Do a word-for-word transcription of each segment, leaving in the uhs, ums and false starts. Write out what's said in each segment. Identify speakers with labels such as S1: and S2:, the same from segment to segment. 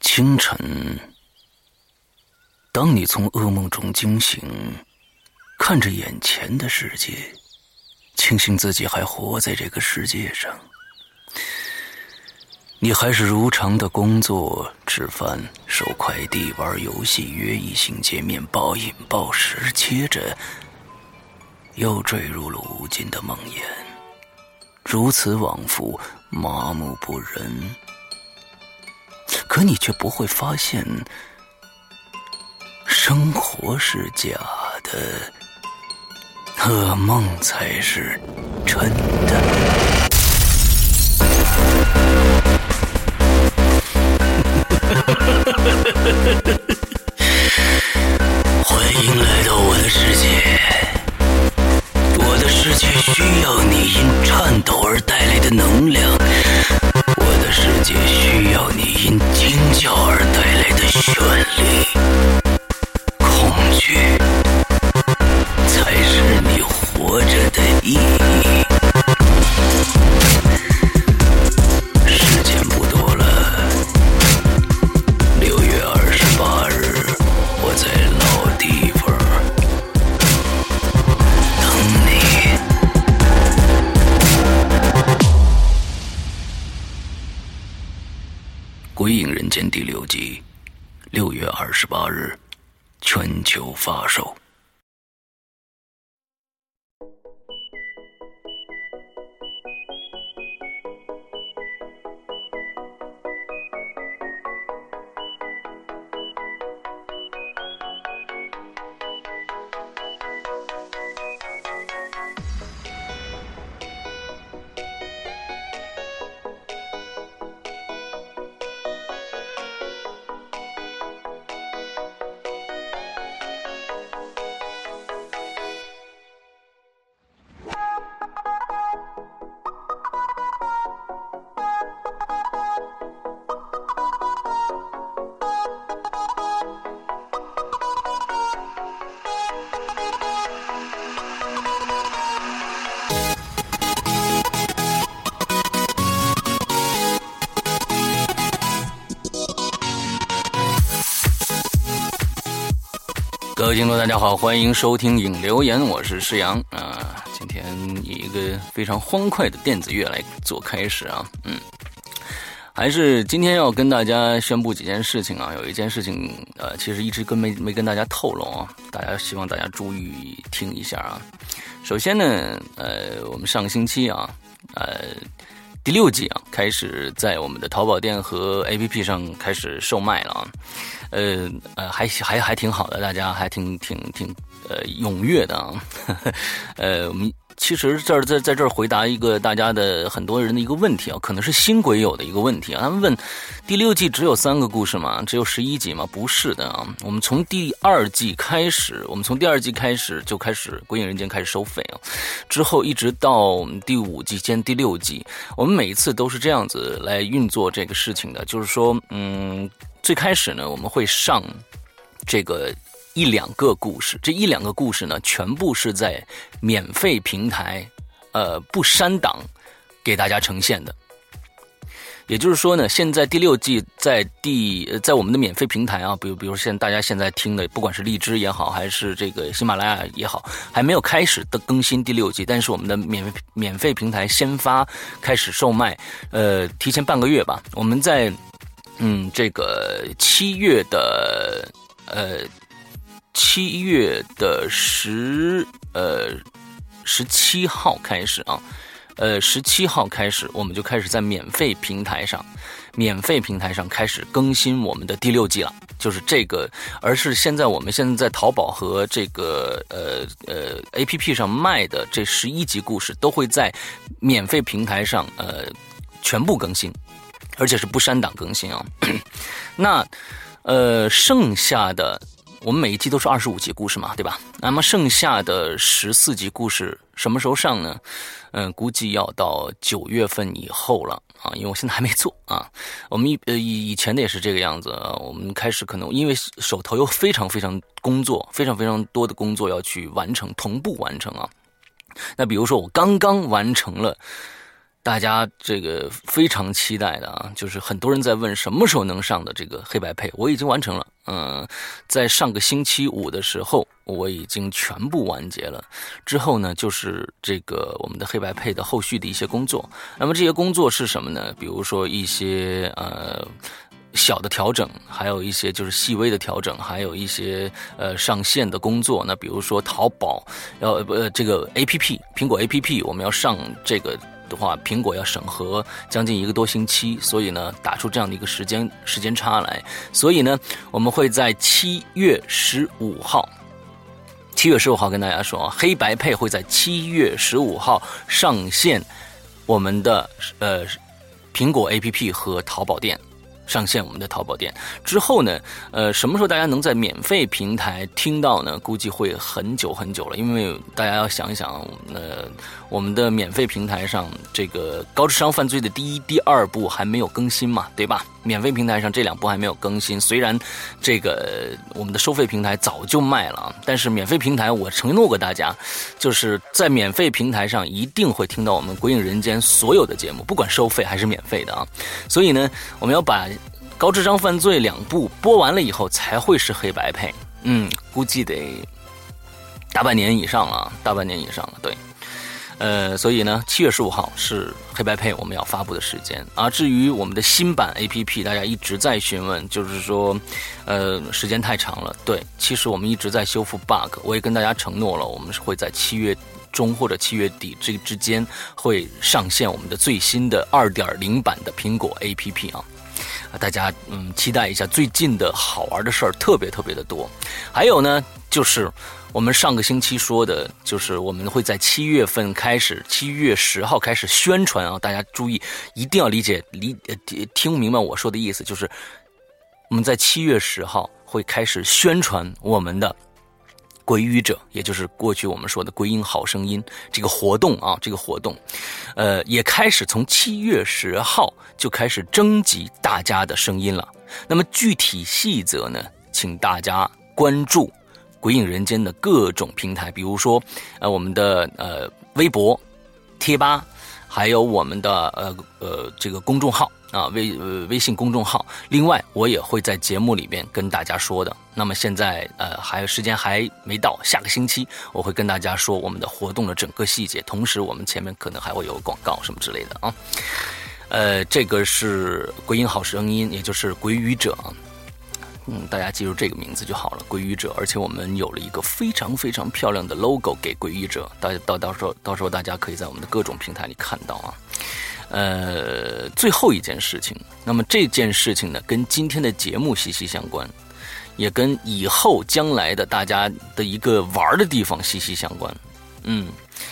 S1: 清晨，当你从噩梦中惊醒，看着眼前的世界，庆幸自己还活在这个世界上，你还是如常的工作、吃饭、收快递、玩游戏、约异性见面、暴饮暴食，接着又坠入了无尽的梦魇，如此往复，麻木不仁。可你却不会发现，生活是假的，噩梦才是真的。欢迎来到我的世界，我的世界需要你因颤抖而带来的能量，我的世界需要你因惊叫而带来的绚丽。恐惧才是你活着的意义。时间不多了，六月二十八日，我在老地方等你。《鬼影人间》第六集，六月二十八日，全球发售。各位听众大家好，欢迎收听影留言，我是施阳啊。今天以一个非常欢快的电子乐来做开始啊，嗯，还是今天要跟大家宣布几件事情啊。有一件事情呃，其实一直跟没没跟大家透露啊，大家希望大家注意听一下啊。首先呢，呃，我们上个星期啊，呃。第六季啊，开始在我们的淘宝店和 A P P 上开始售卖了啊，呃呃，还还还挺好的，大家还挺挺挺呃踊跃的啊，呵呵呃，我们其实这儿在在这儿回答一个大家的很多人的一个问题啊，可能是新鬼友的一个问题啊，他们问第六季只有三个故事吗？只有十一集吗？不是的啊，我们从第二季开始，我们从第二季开始就开始《鬼影人间》开始收费啊，之后一直到第五季兼第六季，我们每一次都是这样子来运作这个事情的，就是说，嗯，最开始呢，我们会上这个一两个故事，这一两个故事呢，全部是在免费平台，呃，不删档给大家呈现的。也就是说呢，现在第六季在第在我们的免费平台啊，比如比如现在大家现在听的，不管是荔枝也好，还是这个喜马拉雅也好，还没有开始的更新第六季，但是我们的免费免费平台先发开始售卖，呃，提前半个月吧，我们在嗯这个七月的呃七月的十呃十七号开始啊。呃，十七号开始，我们就开始在免费平台上，免费平台上开始更新我们的第六季了。就是这个，而是现在我们现在在淘宝和这个呃呃 A P P 上卖的这十一集故事，都会在免费平台上呃全部更新，而且是不删档更新啊。那呃剩下的。我们每一季都是二十五集故事嘛，对吧？那么剩下的十四集故事什么时候上呢？嗯，估计要到九月份以后了啊，因为我现在还没做啊。我们以呃以前的也是这个样子啊。我们开始可能因为手头有非常非常工作，非常非常多的工作要去完成，同步完成啊。那比如说我刚刚完成了大家这个非常期待的啊，就是很多人在问什么时候能上的这个黑白配，我已经完成了。嗯，在上个星期五的时候，我已经全部完结了。之后呢，就是这个我们的黑白配的后续的一些工作。那么这些工作是什么呢？比如说一些呃。小的调整，还有一些就是细微的调整，还有一些呃上线的工作。那比如说淘宝要呃这个 A P P 苹果 A P P 我们要上这个的话，苹果要审核将近一个多星期，所以呢打出这样的一个时间时间差来。所以呢，我们会在七月十五号。七月十五号跟大家说啊，黑白配会在七月十五号上线我们的呃苹果 A P P 和淘宝店。上线我们的淘宝店之后呢，呃，什么时候大家能在免费平台听到呢？估计会很久很久了，因为大家要想一想，呃，我们的免费平台上这个高智商犯罪的第一、第二部还没有更新嘛，对吧？免费平台上这两部还没有更新，虽然这个我们的收费平台早就卖了，但是免费平台我承诺过大家，就是在免费平台上一定会听到我们鬼影人间所有的节目，不管收费还是免费的啊。所以呢，我们要把高智商犯罪两部播完了以后才会是黑白配，嗯，估计得大半年以上了，大半年以上了，对。呃，所以呢，七月十五号是黑白配我们要发布的时间。而至于我们的新版 A P P， 大家一直在询问，就是说，呃，时间太长了。对，其实我们一直在修复 bug， 我也跟大家承诺了，我们是会在七月中或者七月底这个之间会上线我们的最新的 二点零 版的苹果 A P P 啊。大家嗯期待一下，最近的好玩的事儿特别特别的多。还有呢，就是我们上个星期说的，就是我们会在七月份开始，七月十号开始宣传啊，大家注意，一定要理解理听明白我说的意思，就是我们在七月十号会开始宣传我们的鬼语者，也就是过去我们说的鬼影好声音这个活动啊，这个活动，呃，也开始从七月十号就开始征集大家的声音了。那么具体细则呢，请大家关注鬼影人间的各种平台，比如说呃我们的呃微博、贴吧，还有我们的呃呃这个公众号啊，微呃微信公众号。另外我也会在节目里面跟大家说的。那么现在呃还有时间还没到，下个星期我会跟大家说我们的活动的整个细节，同时我们前面可能还会有广告什么之类的啊。呃这个是鬼影好声音，也就是鬼语者啊。嗯，大家记住这个名字就好了，鬼语者。而且我们有了一个非常非常漂亮的 logo 给鬼语者，到到到时候到时候大家可以在我们的各种平台里看到啊。呃，最后一件事情，那么这件事情呢，跟今天的节目息息相关，也跟以后将来的大家的一个玩的地方息息相关。嗯，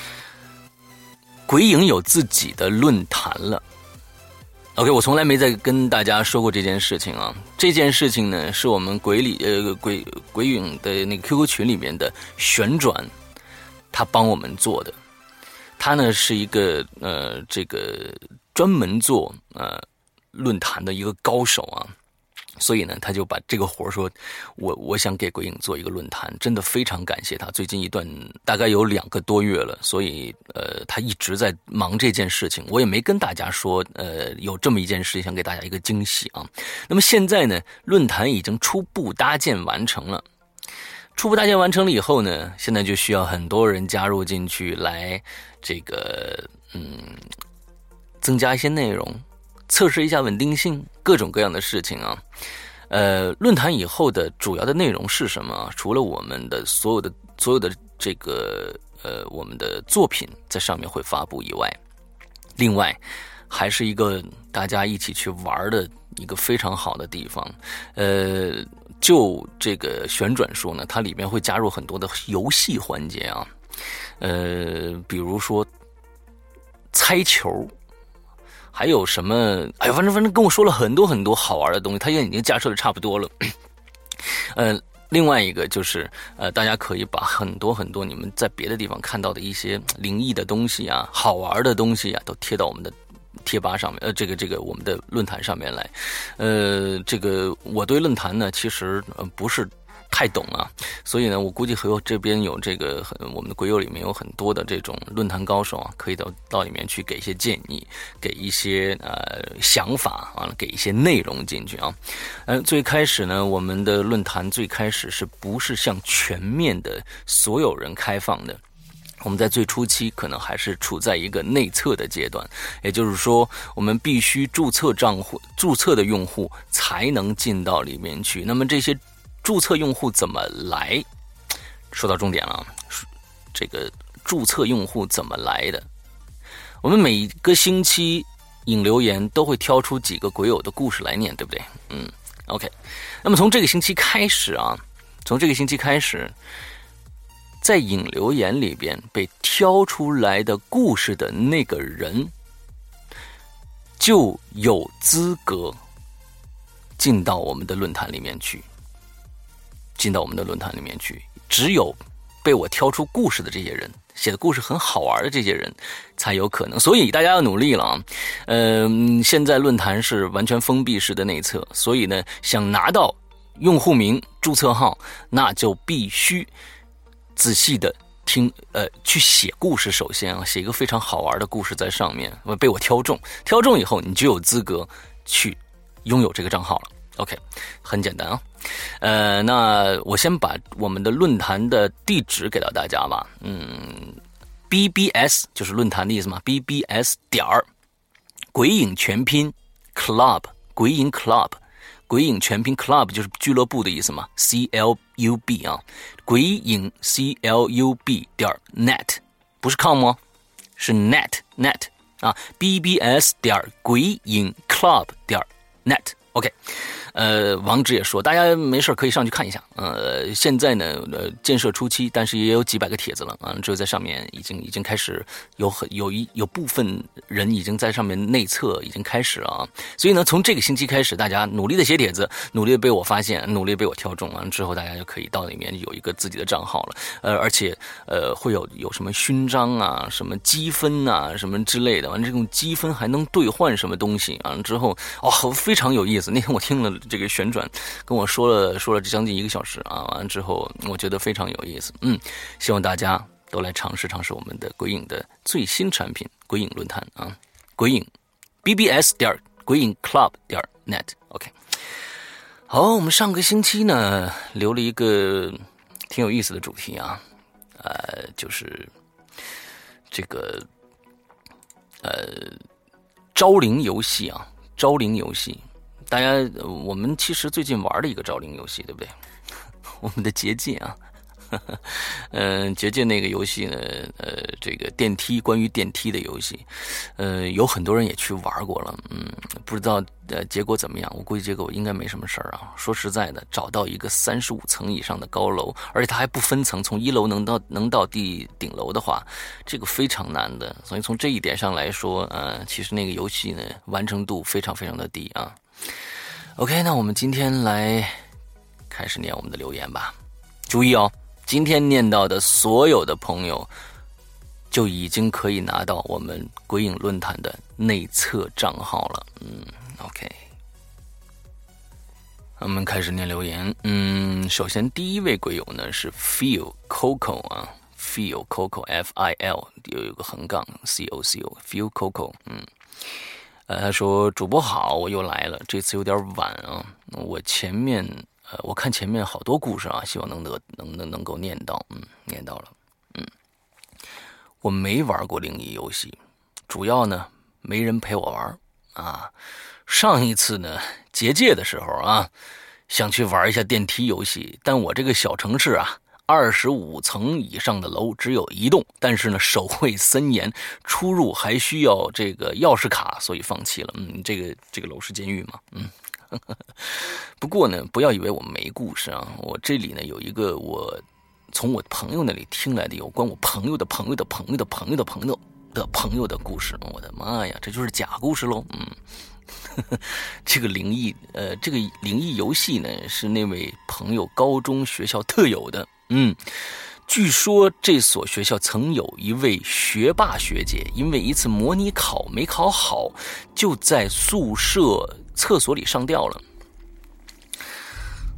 S1: 鬼影有自己的论坛了。OK， 我从来没再跟大家说过这件事情啊。这件事情呢，是我们鬼里呃鬼鬼影的那个 Q Q 群里面的旋转，他帮我们做的。他呢是一个呃这个专门做呃论坛的一个高手啊。所以呢，他就把这个活说，我我想给鬼影做一个论坛，真的非常感谢他。最近一段大概有两个多月了，所以呃，他一直在忙这件事情。我也没跟大家说，呃，有这么一件事情，想给大家一个惊喜啊。那么现在呢，论坛已经初步搭建完成了。初步搭建完成了以后呢，现在就需要很多人加入进去，来这个嗯，增加一些内容。测试一下稳定性，各种各样的事情啊。呃，论坛以后的主要的内容是什么？除了我们的所有的所有的这个呃我们的作品在上面会发布以外，另外还是一个大家一起去玩的一个非常好的地方。呃，就这个旋转说呢，它里面会加入很多的游戏环节啊。呃，比如说猜球。还有什么？哎呀，反正反正跟我说了很多很多好玩的东西，他现在已经架设的差不多了。呃，另外一个就是呃，大家可以把很多很多你们在别的地方看到的一些灵异的东西啊、好玩的东西啊，都贴到我们的贴吧上面，呃，这个这个我们的论坛上面来。呃，这个我对论坛呢，其实呃不是太懂啊，所以呢，我估计和这边有这个很我们的鬼友里面有很多的这种论坛高手啊，可以到到里面去给一些建议，给一些呃想法啊，给一些内容进去啊。呃，最开始呢，我们的论坛最开始是不是向全面的所有人开放的？我们在最初期可能还是处在一个内测的阶段，也就是说，我们必须注册账户、注册的用户才能进到里面去。那么这些注册用户怎么来？说到重点了，这个注册用户怎么来的？我们每个星期引留言都会挑出几个鬼友的故事来念，对不对？嗯 ，OK。那么从这个星期开始啊，从这个星期开始。在引留言里边被挑出来的故事的那个人，就有资格进到我们的论坛里面去。进到我们的论坛里面去，只有被我挑出故事的这些人，写的故事很好玩的这些人，才有可能。所以大家要努力了啊！呃，现在论坛是完全封闭式的内测，所以呢，想拿到用户名、注册号，那就必须。仔细的听，呃，去写故事。首先啊，写一个非常好玩的故事在上面，被我挑中，挑中以后，你就有资格去拥有这个账号了。OK， 很简单啊。呃，那我先把我们的论坛的地址给到大家吧。嗯 ，B B S 就是论坛的意思嘛 ，B B S 点儿鬼影全拼 Club 鬼影 Club。鬼影全拼 club 就是俱乐部的意思嘛 ，C L U B 啊，鬼影 C L U B 点 net 不是 com 哦，是 net net 啊 ，B B S 点鬼影 club 点 net。OK， 呃，网址也说，大家没事可以上去看一下。呃，现在呢，呃，建设初期，但是也有几百个帖子了啊，只有在上面已经已经开始有很有一有部分人已经在上面内测已经开始了啊。所以呢，从这个星期开始，大家努力的写帖子，努力的被我发现，努力地被我挑中完之后，大家就可以到里面有一个自己的账号了。呃，而且呃会有有什么勋章啊、什么积分啊、什么之类的，完这种积分还能兑换什么东西啊？之后哦，非常有意思。那天我听了这个旋转，跟我说了说了将近一个小时啊，完了之后我觉得非常有意思。嗯，希望大家都来尝试尝试我们的鬼影的最新产品——鬼影论坛啊，鬼影 B B S 点鬼影 Club 点 net。OK， 好，我们上个星期呢留了一个挺有意思的主题啊，呃，就是这个呃招灵游戏啊，招灵游戏。大家，我们其实最近玩了一个招灵游戏，对不对？我们的结界啊，嗯、呃，结界那个游戏呢，呃，这个电梯关于电梯的游戏，呃，有很多人也去玩过了，嗯，不知道呃结果怎么样？我估计结果应该没什么事儿啊。说实在的，找到一个三十五层以上的高楼，而且它还不分层，从一楼能到能到地顶楼的话，这个非常难的。所以从这一点上来说，呃，其实那个游戏呢，完成度非常非常的低啊。OK， 那我们今天来开始念我们的留言吧。注意哦，今天念到的所有的朋友就已经可以拿到我们鬼影论坛的内测账号了。嗯 ，OK， 我们开始念留言。嗯，首先第一位鬼友呢是 Feel Coco 啊 ，Feel Coco F I L 有一个横杠 C O C O Feel Coco， 嗯。呃，他说主播好，我又来了，这次有点晚啊。我前面呃，我看前面好多故事啊，希望能得能能能够念到，嗯，念到了，嗯。我没玩过灵异游戏，主要呢没人陪我玩啊。上一次呢结界的时候啊，想去玩一下电梯游戏，但我这个小城市啊。二十五层以上的楼只有一栋，但是呢守卫森严，出入还需要这个钥匙卡，所以放弃了。嗯，这个这个楼是监狱嘛？嗯，不过呢，不要以为我没故事啊，我这里呢有一个我从我朋友那里听来的有关我朋友的朋友的朋友的朋友的朋友的朋友的故事。我的妈呀，这就是假故事喽！嗯。这个灵异，呃，这个灵异游戏呢，是那位朋友高中学校特有的。嗯，据说这所学校曾有一位学霸学姐，因为一次模拟考没考好，就在宿舍厕所里上吊了。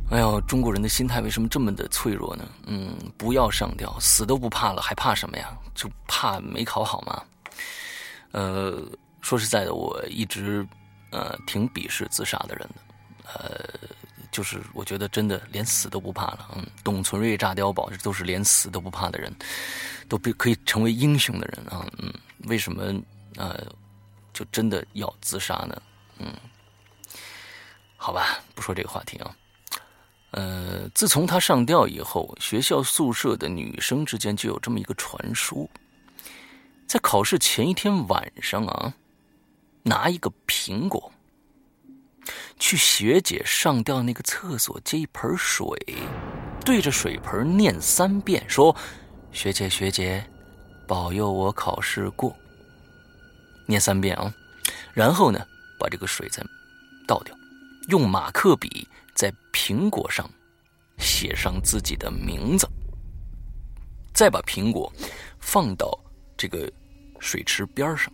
S1: 哎呦，中国人的心态为什么这么的脆弱呢？嗯，不要上吊，死都不怕了，还怕什么呀？就怕没考好吗？呃，说实在的，我一直呃挺鄙视自杀的人的。呃，就是我觉得真的连死都不怕了。嗯，董存瑞、炸碉堡，这都是连死都不怕的人，都可以成为英雄的人啊。嗯，为什么呃就真的要自杀呢？嗯，好吧，不说这个话题啊。呃，自从他上吊以后，学校宿舍的女生之间就有这么一个传说，在考试前一天晚上啊，拿一个苹果去学姐上吊那个厕所接一盆水，对着水盆念三遍，说：“学姐学姐，保佑我考试过。”念三遍啊，然后呢，把这个水再倒掉，用马克笔在苹果上写上自己的名字，再把苹果放到这个水池边上，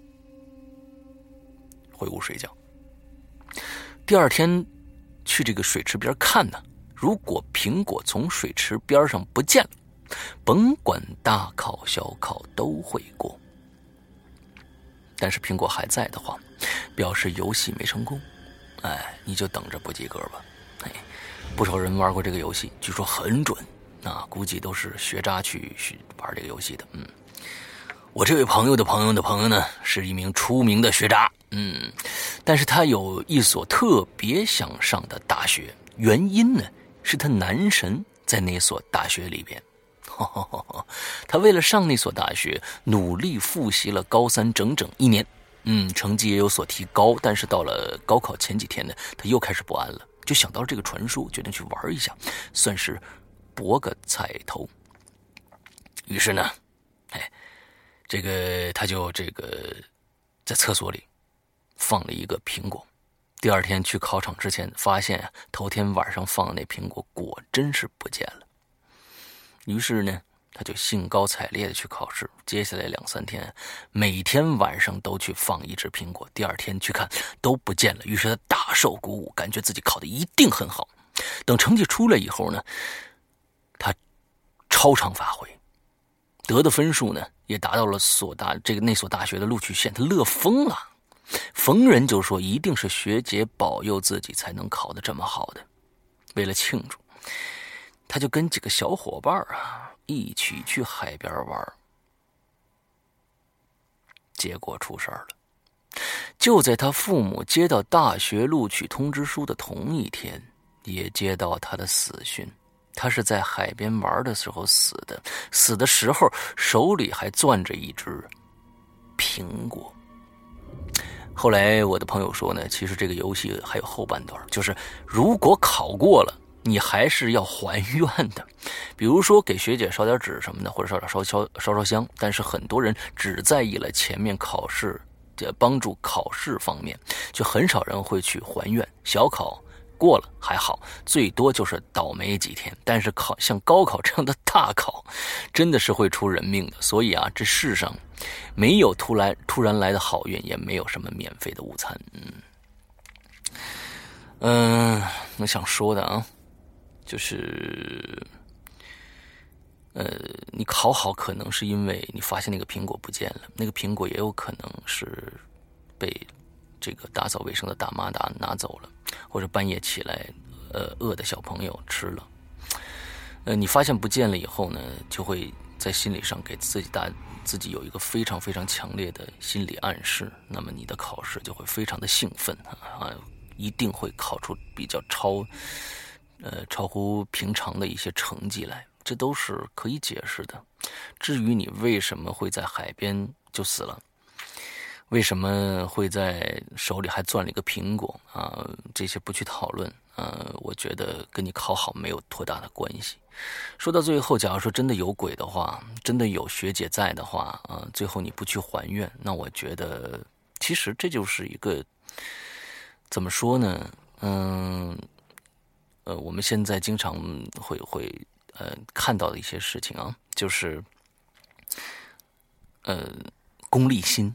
S1: 回屋睡觉。第二天去这个水池边看呢，如果苹果从水池边上不见了，甭管大考小考都会过。但是苹果还在的话，表示游戏没成功，哎，你就等着不及格吧。哎，不少人玩过这个游戏，据说很准，啊，估计都是学渣去去玩这个游戏的。嗯，我这位朋友的朋友的朋友呢，是一名出名的学渣。嗯，但是他有一所特别想上的大学，原因呢是他男神在那所大学里边。他为了上那所大学，努力复习了高三整整一年。嗯，成绩也有所提高，但是到了高考前几天呢，他又开始不安了，就想到这个传说，决定去玩一下，算是博个彩头。于是呢，哎，这个他就这个在厕所里放了一个苹果。第二天去考场之前，发现啊，头天晚上放的那苹果果真是不见了。于是呢，他就兴高采烈的去考试。接下来两三天，每天晚上都去放一只苹果。第二天去看都不见了，于是他大受鼓舞，感觉自己考得一定很好。等成绩出来以后呢，他超常发挥，得的分数呢也达到了所大这个那所大学的录取线，他乐疯了。逢人就说一定是学姐保佑自己才能考得这么好的。为了庆祝，他就跟几个小伙伴啊一起去海边玩，结果出事儿了。就在他父母接到大学录取通知书的同一天，也接到他的死讯。他是在海边玩的时候死的，死的时候手里还攥着一只苹果。后来我的朋友说呢，其实这个游戏还有后半段，就是如果考过了，你还是要还愿的，比如说给学姐烧点纸什么的，或者烧点烧烧烧烧香。但是很多人只在意了前面考试，帮助考试方面，就很少人会去还愿。小考过了还好，最多就是倒霉几天。但是考像高考这样的大考，真的是会出人命的。所以啊，这世上没有突然突然来的好运，也没有什么免费的午餐。嗯嗯，我想说的啊。就是，呃，你考好可能是因为你发现那个苹果不见了，那个苹果也有可能是被这个打扫卫生的大妈拿拿走了，或者半夜起来，呃，饿的小朋友吃了。呃，你发现不见了以后呢，就会在心理上给自己大自己有一个非常非常强烈的心理暗示，那么你的考试就会非常的兴奋啊，一定会考出比较超。呃，超乎平常的一些成绩来，这都是可以解释的。至于你为什么会在海边就死了，为什么会在手里还攥了一个苹果啊，这些不去讨论啊，我觉得跟你考好没有多大的关系。说到最后，假如说真的有鬼的话，真的有学姐在的话啊，最后你不去还愿，那我觉得其实这就是一个怎么说呢？嗯。呃，我们现在经常会会呃看到的一些事情啊，就是呃功利心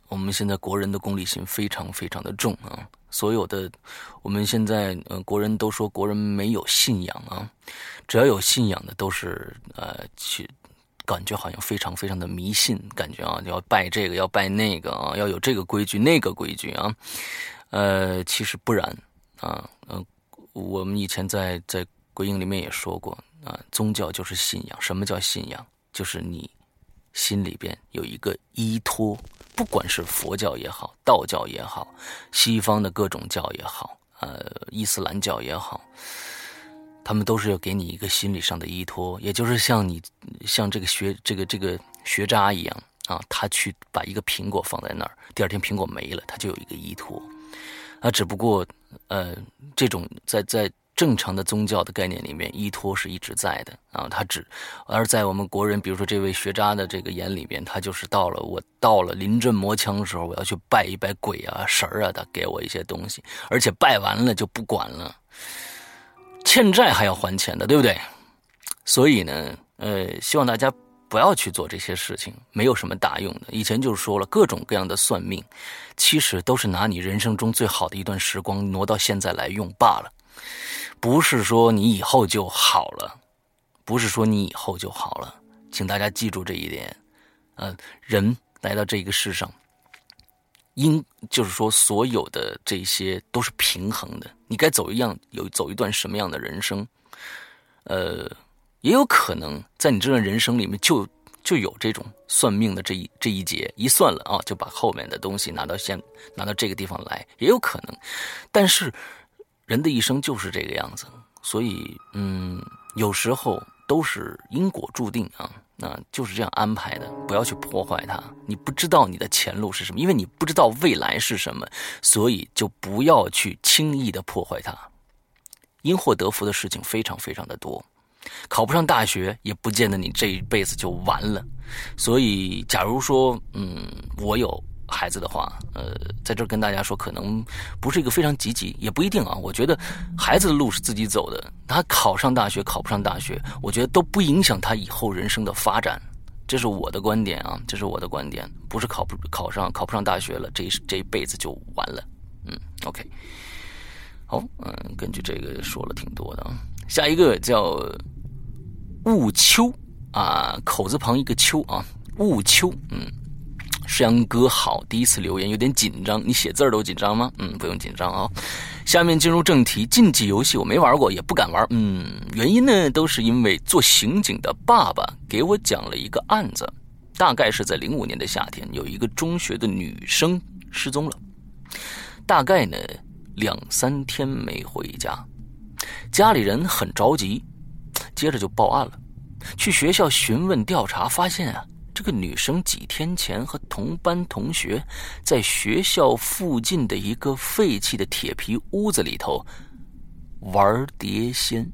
S1: 我们现在国人的功利心非常非常的重啊，所有的我们现在呃国人都说国人没有信仰啊，只要有信仰的都是呃去感觉好像非常非常的迷信，感觉啊要拜这个要拜那个啊，要有这个规矩那个规矩啊，呃其实不然啊，呃我们以前在在鬼影里面也说过啊，宗教就是信仰。什么叫信仰？就是你心里边有一个依托，不管是佛教也好，道教也好，西方的各种教也好，呃，伊斯兰教也好，他们都是要给你一个心理上的依托，也就是像你像这个学这个这个学渣一样啊，他去把一个苹果放在那儿，第二天苹果没了，他就有一个依托。啊，只不过呃，这种在在正常的宗教的概念里面，依托是一直在的啊，他只而在我们国人，比如说这位学渣的这个眼里边，他就是到了我到了临阵磨枪的时候，我要去拜一拜鬼啊神啊，他给我一些东西，而且拜完了就不管了，欠债还要还钱的，对不对？所以呢，呃，希望大家不要去做这些事情，没有什么大用的。以前就说了，各种各样的算命，其实都是拿你人生中最好的一段时光挪到现在来用罢了。不是说你以后就好了，不是说你以后就好了，请大家记住这一点。呃，人来到这个世上，应就是说所有的这些都是平衡的。你该走一样有走一段什么样的人生，呃，也有可能在你这段人生里面就就有这种算命的这一这一节，一算了啊，就把后面的东西拿到现拿到这个地方来，也有可能。但是人的一生就是这个样子，所以嗯，有时候都是因果注定啊，那就是这样安排的，不要去破坏它。你不知道你的前路是什么，因为你不知道未来是什么，所以就不要去轻易的破坏它。因祸得福的事情非常非常的多，考不上大学也不见得你这一辈子就完了。所以假如说嗯，我有孩子的话，呃，在这儿跟大家说，可能不是一个非常积极，也不一定啊。我觉得孩子的路是自己走的，他考上大学考不上大学，我觉得都不影响他以后人生的发展。这是我的观点啊，这是我的观点，不是考不考上考不上大学了，这一这一辈子就完了。嗯 ，OK， 好，嗯，根据这个说了挺多的啊。下一个叫雾秋啊，口字旁一个秋啊，雾秋，嗯。世阳哥好，第一次留言有点紧张，你写字儿都紧张吗？嗯，不用紧张啊。下面进入正题，竞技游戏我没玩过，也不敢玩。嗯，原因呢都是因为做刑警的爸爸给我讲了一个案子，大概是在零五年的夏天，有一个中学的女生失踪了，大概呢两三天没回家，家里人很着急，接着就报案了，去学校询问调查，发现啊。这个女生几天前和同班同学在学校附近的一个废弃的铁皮屋子里头玩碟仙。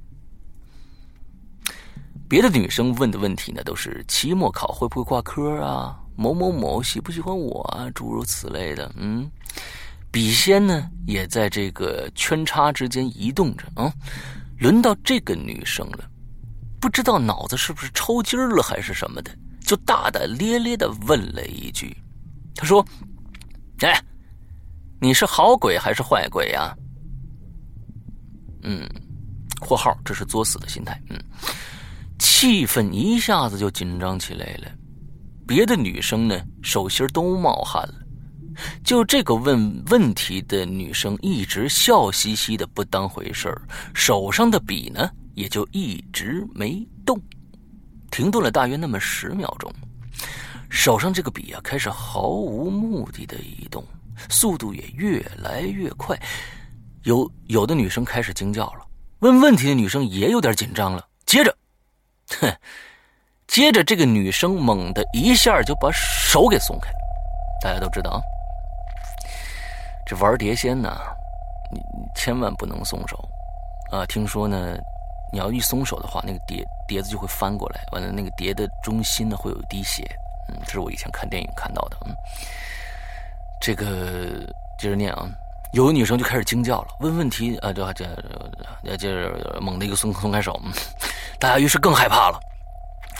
S1: 别的女生问的问题呢，都是期末考会不会挂科啊，某某某喜不喜欢我啊，诸如此类的。嗯，笔仙呢也在这个圈叉之间移动着啊。轮到这个女生了，不知道脑子是不是抽筋了还是什么的，就大大咧咧地问了一句，他说：哎，你是好鬼还是坏鬼呀？嗯，括号这是作死的心态。嗯，气氛一下子就紧张起来了，别的女生呢手心都冒汗了，就这个问问题的女生一直笑嘻嘻的不当回事儿，手上的笔呢也就一直没动，停顿了大约那么十秒钟，手上这个笔啊开始毫无目的的移动，速度也越来越快。有有的女生开始惊叫了，问问题的女生也有点紧张了。接着，哼，接着这个女生猛地一下就把手给松开了。大家都知道啊，这玩碟仙呢，你你千万不能松手啊！听说呢，你要一松手的话，那个碟碟子就会翻过来，完了那个碟的中心呢会有一滴血。嗯，这是我以前看电影看到的。嗯，这个接着念啊，有的女生就开始惊叫了，问问题啊，这这这接着猛的一个松松开手，嗯，大家于是更害怕了。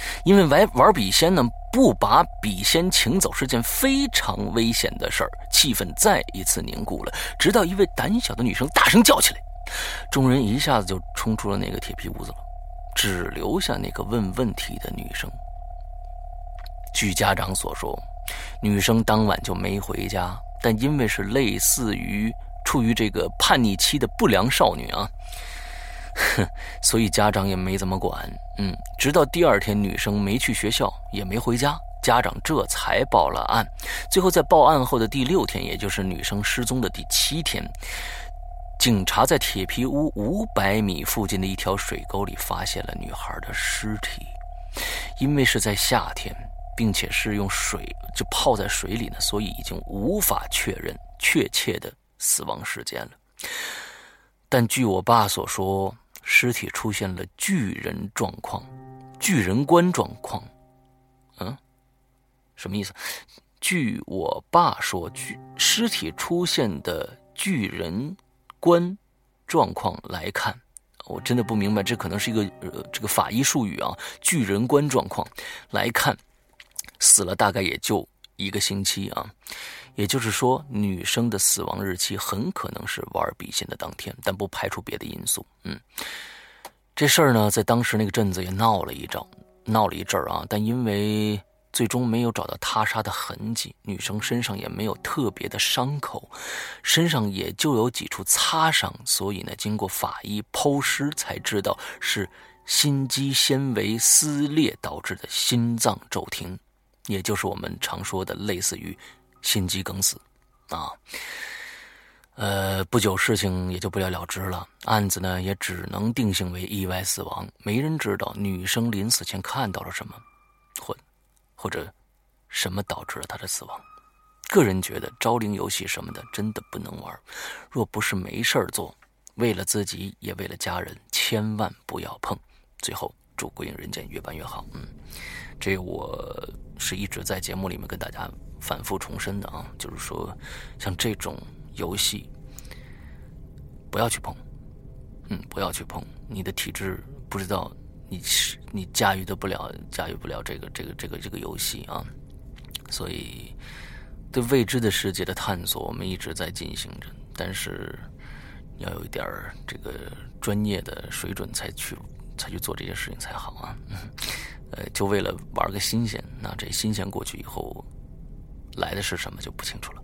S1: 因为玩玩笔仙呢，不把笔仙请走是件非常危险的事儿，气氛再一次凝固了。直到一位胆小的女生大声叫起来，众人一下子就冲出了那个铁皮屋子了，只留下那个问问题的女生。据家长所说，女生当晚就没回家，但因为是类似于处于这个叛逆期的不良少女啊，所以家长也没怎么管。嗯，直到第二天女生没去学校，也没回家，家长这才报了案。最后在报案后的第六天，也就是女生失踪的第七天，警察在铁皮屋五百米附近的一条水沟里发现了女孩的尸体。因为是在夏天，并且是用水就泡在水里呢，所以已经无法确认确切的死亡时间了。但据我爸所说，尸体出现了巨人状况，巨人观状况。嗯，什么意思？据我爸说，巨尸体出现的巨人观状况来看，我真的不明白，这可能是一个呃这个法医术语啊。巨人观状况来看，死了大概也就一个星期啊。也就是说，女生的死亡日期很可能是玩笔仙的当天，但不排除别的因素。嗯，这事儿呢，在当时那个镇子也闹了一招，闹了一阵儿啊。但因为最终没有找到他杀的痕迹，女生身上也没有特别的伤口，身上也就有几处擦伤，所以呢，经过法医剖尸才知道是心肌纤维撕裂导致的心脏骤停，也就是我们常说的类似于心肌梗死啊。呃，不久事情也就不了了之了，案子呢也只能定性为意外死亡。没人知道女生临死前看到了什么，或或者什么导致了她的死亡。个人觉得招灵游戏什么的真的不能玩，若不是没事儿做，为了自己也为了家人，千万不要碰。最后祝鬼影人间越办越好。嗯，这我是一直在节目里面跟大家反复重申的啊，就是说像这种游戏不要去碰，嗯，不要去碰。你的体质不知道你你驾驭得不了，驾驭不了这个这个这个这个游戏啊。所以对未知的世界的探索我们一直在进行着，但是要有一点这个专业的水准才去才去做这些事情才好啊。嗯，呃，就为了玩个新鲜，那这新鲜过去以后来的是什么就不清楚了。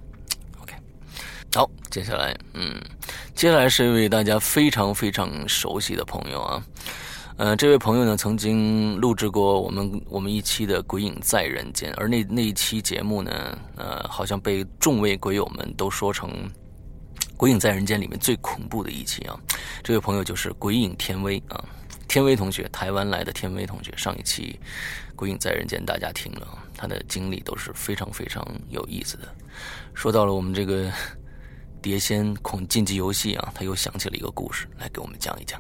S1: 好，接下来，嗯，接下来是一位大家非常非常熟悉的朋友啊，呃，这位朋友呢曾经录制过我们我们一期的《鬼影在人间》，而那那一期节目呢，呃，好像被众位鬼友们都说成《鬼影在人间》里面最恐怖的一期啊。这位朋友就是鬼影天威啊，天威同学，台湾来的天威同学，上一期《鬼影在人间》大家听了，他的经历都是非常非常有意思的。说到了我们这个碟仙恐竞技游戏啊，他又想起了一个故事来给我们讲一讲。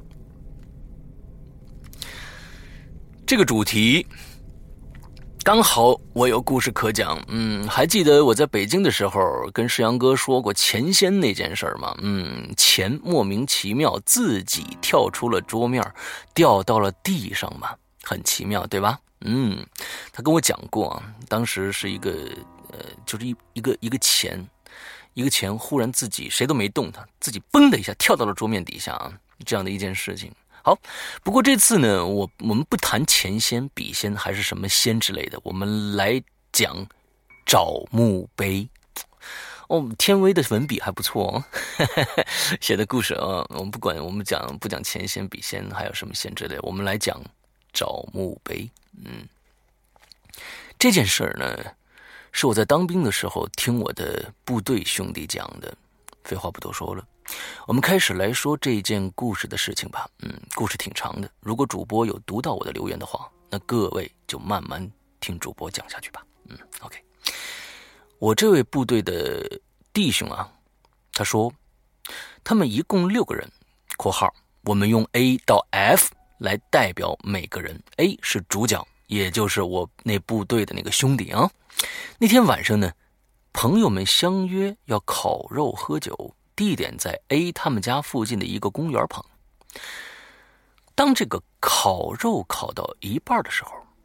S1: 这个主题刚好我有故事可讲。嗯，还记得我在北京的时候跟世阳哥说过钱仙那件事吗？嗯，钱莫名其妙自己跳出了桌面，掉到了地上嘛，很奇妙对吧？嗯，他跟我讲过啊，当时是一个呃，就是一一个一个钱。一个钱忽然自己谁都没动它，自己嘣的一下跳到了桌面底下啊，这样的一件事情。好，不过这次呢，我我们不谈钱仙、笔仙还是什么仙之类的，我们来讲找墓碑。哦，天威的文笔还不错哦，写的故事啊，我们不管我们讲不讲钱仙、笔仙还有什么仙之类的，我们来讲找墓碑。嗯，这件事儿呢，是我在当兵的时候听我的部队兄弟讲的。废话不多说了，我们开始来说这件故事的事情吧。嗯，故事挺长的，如果主播有读到我的留言的话，那各位就慢慢听主播讲下去吧。嗯 ，OK。我这位部队的弟兄啊，他说他们一共六个人（括号我们用 A 到 F 来代表每个人 ），A 是主角，也就是我那部队的那个兄弟啊。那天晚上呢，朋友们相约要烤肉喝酒，地点在 A 他们家附近的一个公园旁。当这个烤肉烤到一半的时候，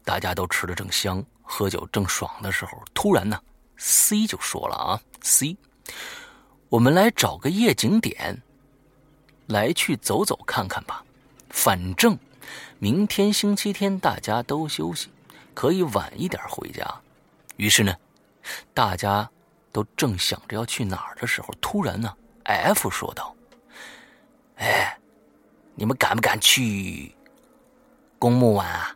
S1: 大家都吃得正香，喝酒正爽的时候，突然呢 C 就说了啊 C， 我们来找个夜景点来去走走看看吧，反正明天星期天大家都休息，可以晚一点回家。于是呢大家都正想着要去哪儿的时候，突然呢 F 说道，哎，你们敢不敢去公墓玩啊？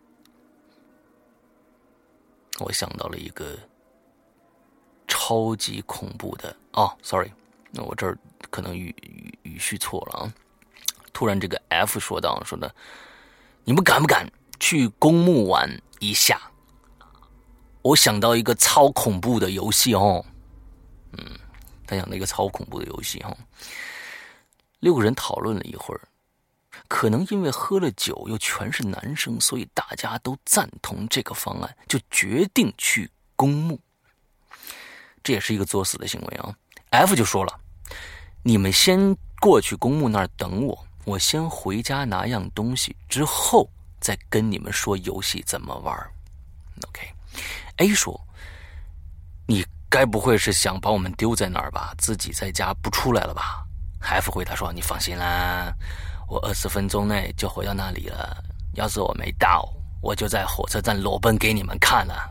S1: 我想到了一个超级恐怖的哦 ，sorry， 那我这儿可能语语语序错了啊。突然这个 F 说道，说的，你们敢不敢去公墓玩一下？我想到一个超恐怖的游戏哦，嗯，他想到一个超恐怖的游戏哦。六个人讨论了一会儿，可能因为喝了酒又全是男生，所以大家都赞同这个方案，就决定去公墓。这也是一个作死的行为啊。F 就说了，你们先过去公墓那儿等我，我先回家拿样东西，之后再跟你们说游戏怎么玩。 OK，A 说，你该不会是想把我们丢在那儿吧，自己在家不出来了吧？ F 回答说，你放心啦，我二十分钟内就回到那里了，要是我没到，我就在火车站裸奔给你们看了。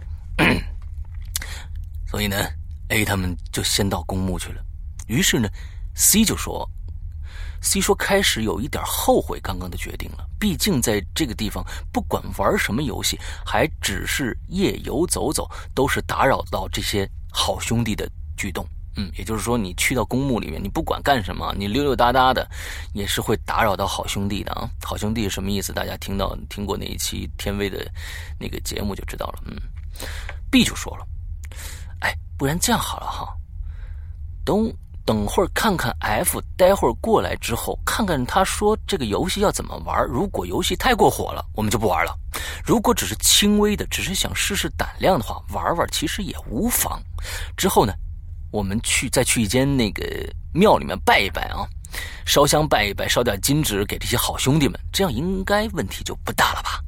S1: 所以呢 A 他们就先到公墓去了。于是呢 C 就说 C 说开始有一点后悔刚刚的决定了，毕竟在这个地方不管玩什么游戏，还只是夜游走走，都是打扰到这些好兄弟的举动。嗯，也就是说你去到公墓里面，你不管干什么，你溜溜达达的也是会打扰到好兄弟的啊。好兄弟什么意思？大家听到听过那一期天威的那个节目就知道了。嗯 B 就说了，哎，不然这样好了哈，等等会儿看看 F 待会儿过来之后，看看他说这个游戏要怎么玩，如果游戏太过火了，我们就不玩了，如果只是轻微的，只是想试试胆量的话，玩玩其实也无妨。之后呢我们去再去一间那个庙里面拜一拜啊，烧香拜一拜，烧点金纸给这些好兄弟们，这样应该问题就不大了吧。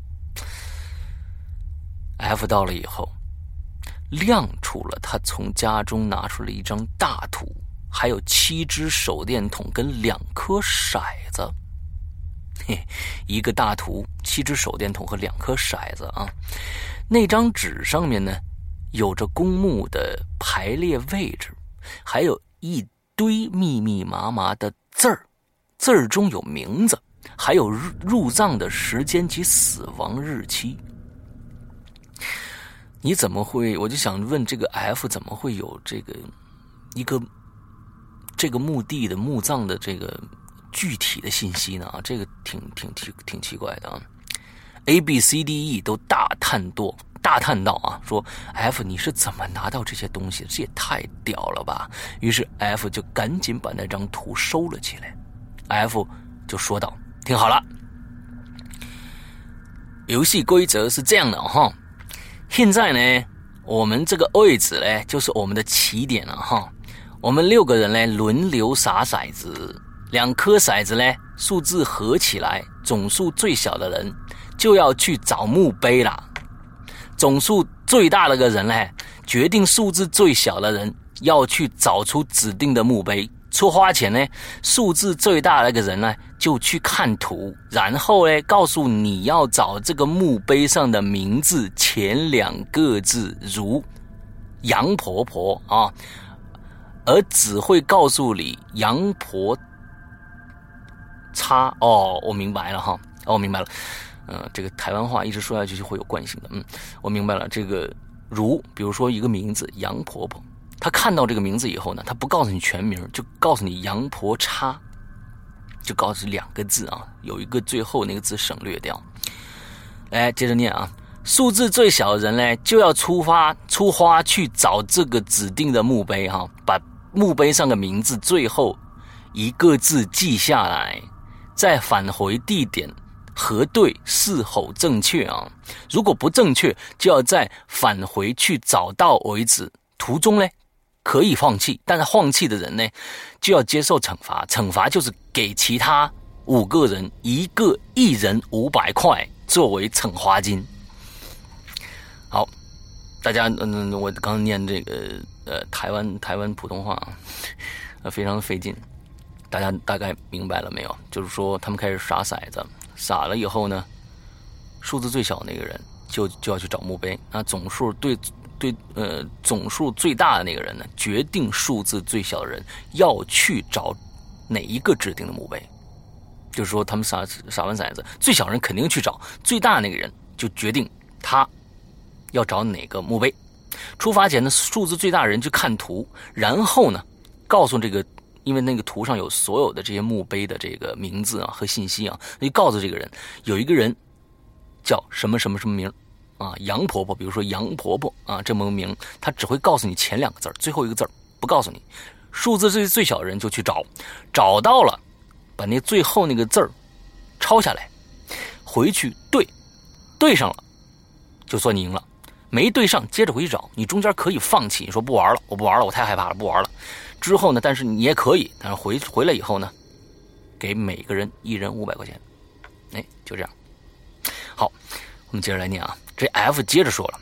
S1: F 到了以后，亮出了他从家中拿出了一张大图，还有七只手电筒跟两颗骰子。嘿，一个大图，七只手电筒和两颗骰子啊。那张纸上面呢有着公墓的排列位置，还有一堆密密麻麻的字儿，字儿中有名字，还有入葬的时间及死亡日期。你怎么会，我就想问这个 F 怎么会有这个一个这个墓地的墓葬的这个具体的信息呢？这个挺挺挺挺奇怪的啊。A B C D E 都大叹多大叹道啊，说 F 你是怎么拿到这些东西的？这也太屌了吧！于是 F 就赶紧把那张图收了起来。F 就说道：“听好了，游戏规则是这样的哈。现在呢，我们这个位置呢，就是我们的起点了哈。我们六个人呢轮流撒骰子，两颗骰子呢数字合起来，总数最小的人就要去找墓碑啦。总数最大的个人呢，决定数字最小的人要去找出指定的墓碑。出发前呢，数字最大的那个人呢就去看图，然后呢告诉你要找这个墓碑上的名字前两个字，如杨婆婆啊，而只会告诉你杨婆叉。哦，我明白了哈，哦，我明白了。呃，这个台湾话一直说下去就会有惯性的。嗯，我明白了。这个如，比如说一个名字杨婆婆。他看到这个名字以后呢，他不告诉你全名，就告诉你杨婆叉，就告诉两个字啊，有一个最后那个字省略掉。来，接着念啊，数字最小的人呢，就要出发出发去找这个指定的墓碑哈、啊，把墓碑上的名字最后一个字记下来，再返回地点核对是否正确啊。如果不正确，就要再返回去找到为止。途中呢，可以放弃，但是放弃的人呢，就要接受惩罚。惩罚就是给其他五个人一个一人五百块作为蹭花金。好，大家嗯，我刚念这个呃台湾台湾普通话啊，呃非常费劲，大家大概明白了没有？就是说他们开始撒骰子，撒了以后呢，数字最小那个人就就要去找墓碑，那总数对。对，呃，总数最大的那个人呢，决定数字最小的人要去找哪一个指定的墓碑。就是说，他们撒撒完骰子，最小人肯定去找，最大的那个人就决定他要找哪个墓碑。出发前呢，数字最大的人去看图，然后呢，告诉这个，因为那个图上有所有的这些墓碑的这个名字啊和信息啊，就告诉这个人，有一个人叫什么什么什么名。啊，杨婆婆，比如说杨婆婆啊，这么个名，她只会告诉你前两个字，最后一个字不告诉你。数字最最小的人就去找，找到了，把那最后那个字抄下来，回去对，对上了，就算你赢了。没对上，接着回去找，你中间可以放弃，你说不玩了，我不玩了，我太害怕了，不玩了。之后呢，但是你也可以，但是回回来以后呢，给每个人一人五百块钱，哎，就这样。好，我们接着来念啊。这 F 接着说了，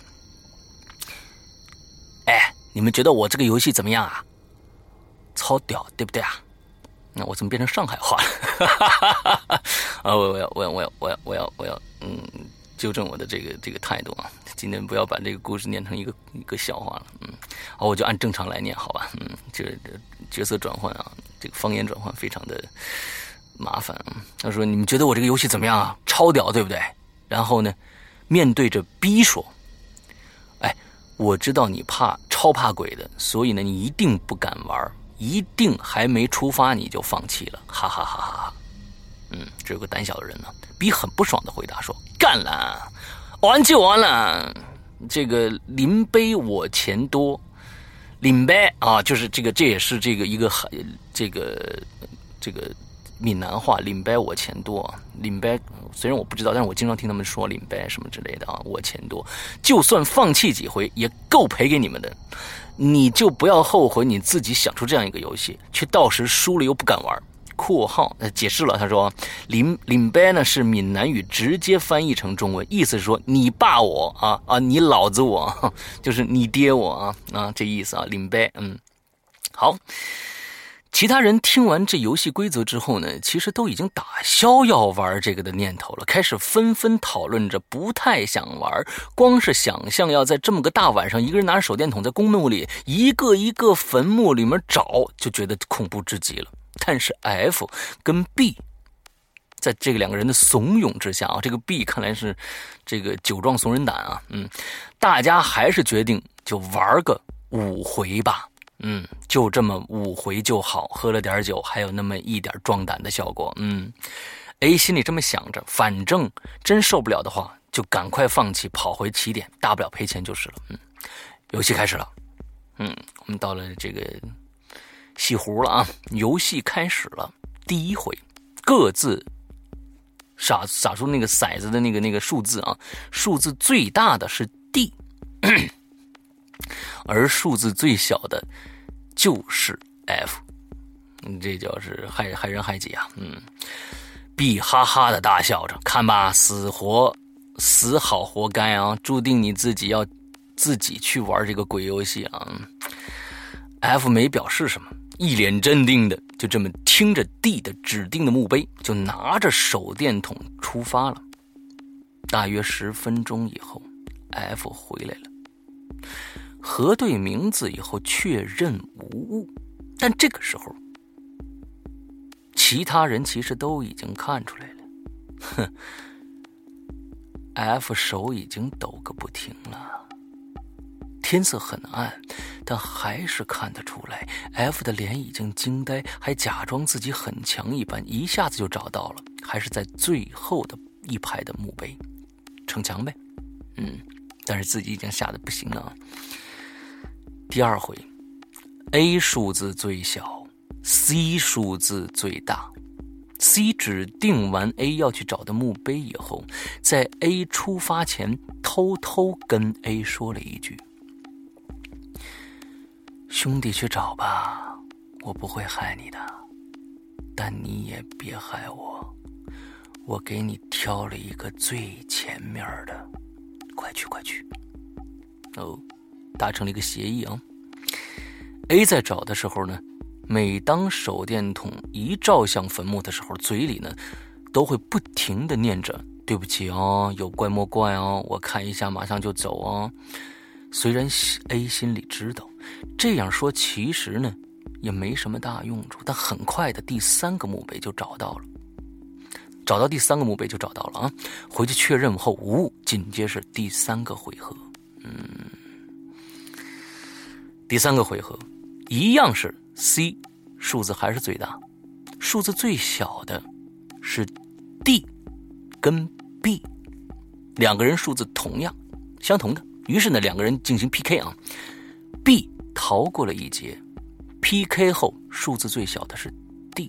S1: 哎，你们觉得我这个游戏怎么样啊？超屌，对不对啊？那我怎么变成上海话了？啊，我我要我要我要我要我要我要嗯，纠正我的这个这个态度啊！今天不要把这个故事念成一个一个笑话了，嗯，好，我就按正常来念，好吧？嗯，这这角色转换啊，这个方言转换非常的麻烦啊。他说：“你们觉得我这个游戏怎么样啊？超屌，对不对？”然后呢？面对着 B 说：“哎，我知道你怕超怕鬼的，所以呢，你一定不敢玩，一定还没出发你就放弃了，哈哈哈哈哈。”嗯，这有个胆小的人呢 ，B 很不爽的回答说：“干了，完就完了，这个临杯我钱多，临杯啊，就是这个，这也是这个一个这个这个。”闽南话领白我钱多，领白虽然我不知道，但是我经常听他们说领白什么之类的啊，我钱多，就算放弃几回也够赔给你们的，你就不要后悔你自己想出这样一个游戏，却到时输了又不敢玩。括号呃解释了，他说领领白呢是闽南语直接翻译成中文，意思是说你爸我啊啊你老子我，就是你爹我啊啊这意思啊领白嗯好。其他人听完这游戏规则之后呢，其实都已经打消要玩这个的念头了，开始纷纷讨论着不太想玩，光是想象要在这么个大晚上，一个人拿着手电筒在公墓里一个一个坟墓里面找，就觉得恐怖至极了。但是 F 跟 B 在这个两个人的怂恿之下啊，这个 B 看来是这个酒壮怂人胆啊，嗯，大家还是决定就玩个五回吧。嗯，就这么五回就好，喝了点酒，还有那么一点壮胆的效果。嗯 ，A 心里这么想着，反正真受不了的话，就赶快放弃，跑回起点，大不了赔钱就是了。嗯，游戏开始了。嗯，我们到了这个戏胡了啊！游戏开始了，第一回，各自撒撒出那个骰子的那个那个数字啊，数字最大的是 D。而数字最小的就是 F， 这就是害害人害己啊！嗯 ，B 哈哈的大笑着，看吧，死活死好活该啊！注定你自己要自己去玩这个鬼游戏啊 ！F 没表示什么，一脸镇定的就这么听着 D 的指定的墓碑，就拿着手电筒出发了。大约十分钟以后 ，F 回来了。核对名字以后确认无误，但这个时候其他人其实都已经看出来了。哼 F 手已经抖个不停了。天色很暗，但还是看得出来 F 的脸已经惊呆，还假装自己很强一般，一下子就找到了，还是在最后的一排的墓碑，逞强呗。嗯，但是自己已经吓得不行了。第二回 A 数字最小， C 数字最大。 C 指定完 A 要去找的墓碑以后，在 A 出发前偷偷跟 A 说了一句：兄弟去找吧，我不会害你的，但你也别害我， 我给你挑了一个最前面的，快去快去。哦，达成了一个协议啊。A 在找的时候呢，每当手电筒一照向坟墓的时候，嘴里呢都会不停地念着对不起哦，有怪莫怪哦，我看一下马上就走哦。虽然 A 心里知道这样说其实呢也没什么大用处，但很快的第三个墓碑就找到了，找到第三个墓碑就找到了啊！回去确认后无误，紧接着第三个回合，嗯，第三个回合一样是 C， 数字还是最大，数字最小的是 D 跟 B， 两个人数字同样相同的，于是呢两个人进行 P K 啊 ，B 逃过了一劫 ，P K 后数字最小的是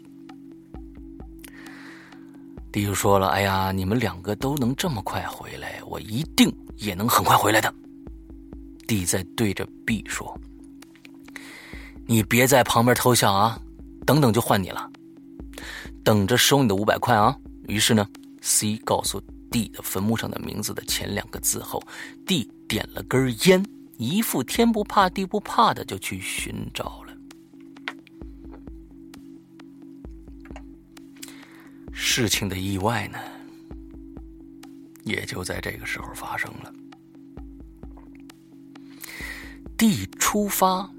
S1: D。D 就说了：“哎呀，你们两个都能这么快回来，我一定也能很快回来的。” D 在对着 B 说：“你别在旁边偷笑啊，等等就换你了，等着收你的五百块啊。”于是呢 ，C 告诉 D 的坟墓上的名字的前两个字后 ，D 点了根烟，一副天不怕地不怕的就去寻找了。事情的意外呢，也就在这个时候发生了。D 出发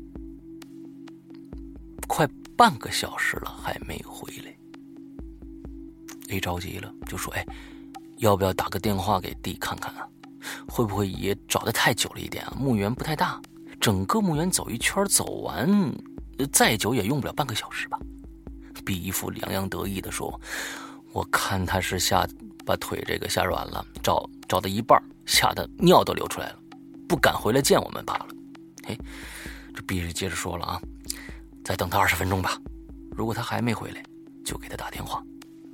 S1: 快半个小时了，还没回来。A 着急了，就说：“哎，要不要打个电话给 D 看看啊？会不会也找得太久了一点啊？墓园不太大，整个墓园走一圈走完，再久也用不了半个小时吧。”B 一副洋洋得意地说：“我看他是吓把腿这个吓软了，找找到一半，吓得尿都流出来了，不敢回来见我们罢了。”嘿，这 B 接着说了啊，再等他二十分钟吧，如果他还没回来，就给他打电话。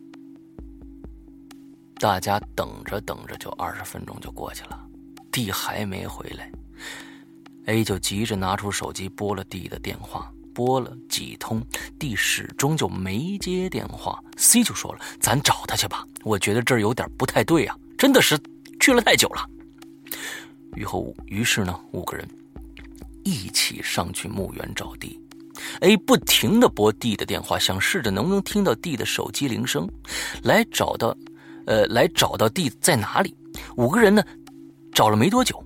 S1: 大家等着等着，就二十分钟就过去了 ，D 还没回来 ，A 就急着拿出手机拨了 D 的电话。拨了几通 ，D 始终就没接电话。C 就说了：“咱找他去吧，我觉得这儿有点不太对啊，真的是去了太久了。”于后，于是呢，五个人一起上去墓园找 D。A 不停地拨 D 的电话，想试着能不能听到 D 的手机铃声，来找到，呃，来找到 D 在哪里。五个人呢，找了没多久。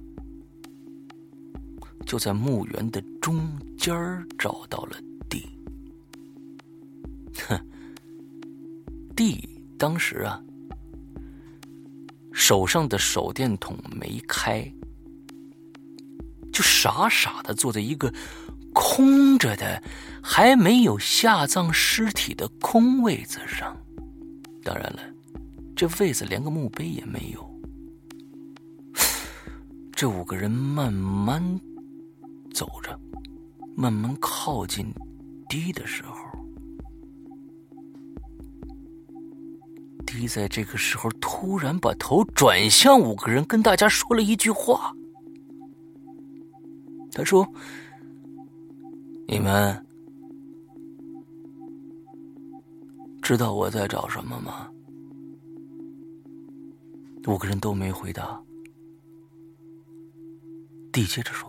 S1: 就在墓园的中间找到了 D。哼 ，D 当时啊，手上的手电筒没开，就傻傻的坐在一个空着的、还没有下葬尸体的空位子上。当然了，这位子连个墓碑也没有。这五个人慢慢走着，慢慢靠近 D 的时候 ，D 在这个时候突然把头转向五个人，跟大家说了一句话。他说：“你们知道我在找什么吗？”五个人都没回答。D 接着说：“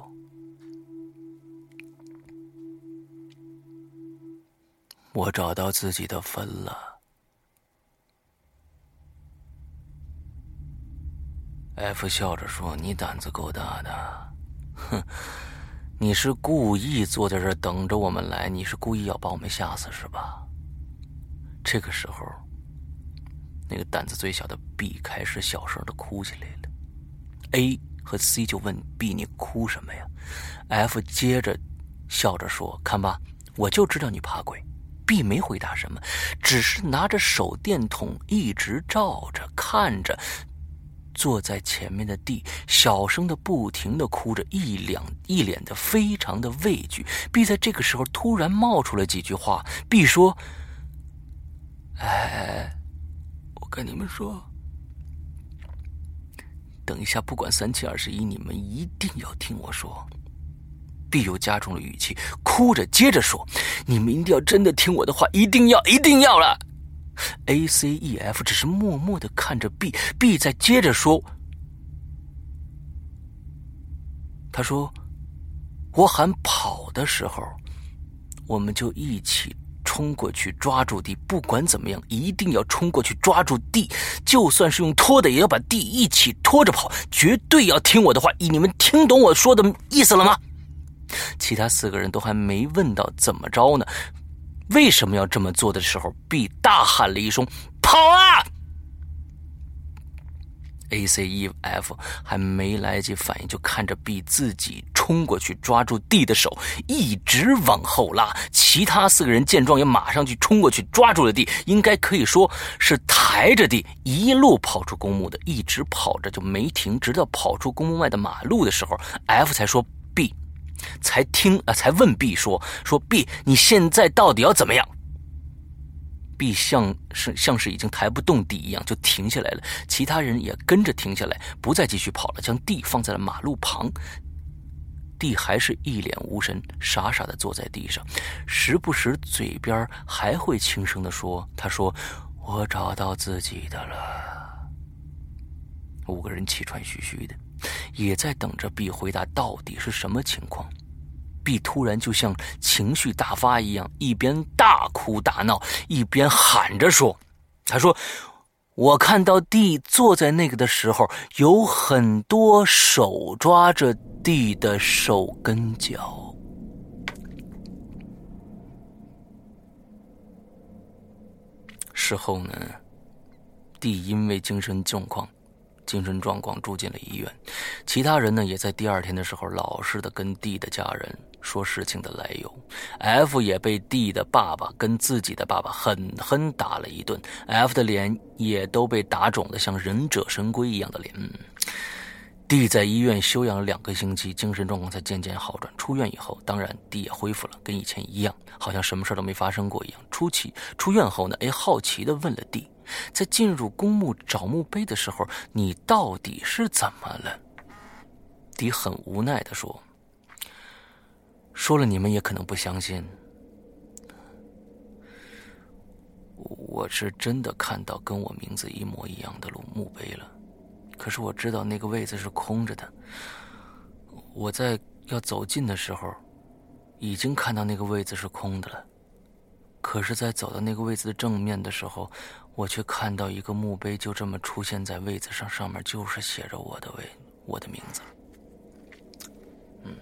S1: 我找到自己的坟了。”F 笑着说：“你胆子够大的，哼，你是故意坐在这儿等着我们来，你是故意要把我们吓死是吧？”这个时候，那个胆子最小的 B 开始小声的哭起来了。A 和 C 就问 B：“ 你哭什么呀？” F 接着笑着说：“看吧，我就知道你怕鬼。” B 没回答什么，只是拿着手电筒一直照着看着坐在前面的 D， 小声的不停的哭着，一脸一脸的非常的畏惧。B 在这个时候突然冒出了几句话。B 说：“哎，我跟你们说，等一下不管三七二十一，你们一定要听我说。” B 又加重了语气，哭着接着说：“你们一定要真的听我的话，一定要，一定要了。” A C E F 只是默默地看着 B， B 再接着说，他说我喊跑的时候，我们就一起冲过去抓住 D， 不管怎么样一定要冲过去抓住 D， 就算是用拖的也要把 D 一起拖着跑，绝对要听我的话。你们听懂我说的意思了吗？其他四个人都还没问到怎么着呢，为什么要这么做的时候， B 大喊了一声跑啊！ A C E F 还没来及反应，就看着 B 自己冲过去抓住 D 的手一直往后拉，其他四个人见状也马上去冲过去抓住了 D， 应该可以说是抬着 D 一路跑出公墓的，一直跑着就没停，直到跑出公墓外的马路的时候， F 才说 B 才听啊，才问 B 说说 B 你现在到底要怎么样。B 像是像是已经抬不动 D 一样就停下来了，其他人也跟着停下来，不再继续跑了，将 D 放在了马路旁。D 还是一脸无神，傻傻地坐在地上，时不时嘴边还会轻声地说，他说我找到自己的了。五个人气喘吁吁的，也在等着 B 回答到底是什么情况。B 突然就像情绪大发一样，一边大哭大闹，一边喊着说，他说我看到 D 坐在那个的时候，有很多手抓着 D 的手跟脚。事后呢， D 因为精神状况精神状况住进了医院，其他人呢也在第二天的时候老实的跟 D 的家人说事情的来由。 F 也被 D 的爸爸跟自己的爸爸狠狠打了一顿， F 的脸也都被打肿的像忍者神龟一样的脸。嗯 D 在医院休养了两个星期，精神状况才渐渐好转。出院以后，当然 D 也恢复了，跟以前一样，好像什么事都没发生过一样。出奇出院后呢 A 好奇地问了 D，在进入公墓找墓碑的时候，你到底是怎么了？ D 很无奈地说，说了你们也可能不相信，我是真的看到跟我名字一模一样的墓碑了，可是我知道那个位子是空着的，我在要走近的时候已经看到那个位子是空的了，可是在走到那个位子的正面的时候，我却看到一个墓碑就这么出现在位子上，上面就是写着我的位我的名字。嗯，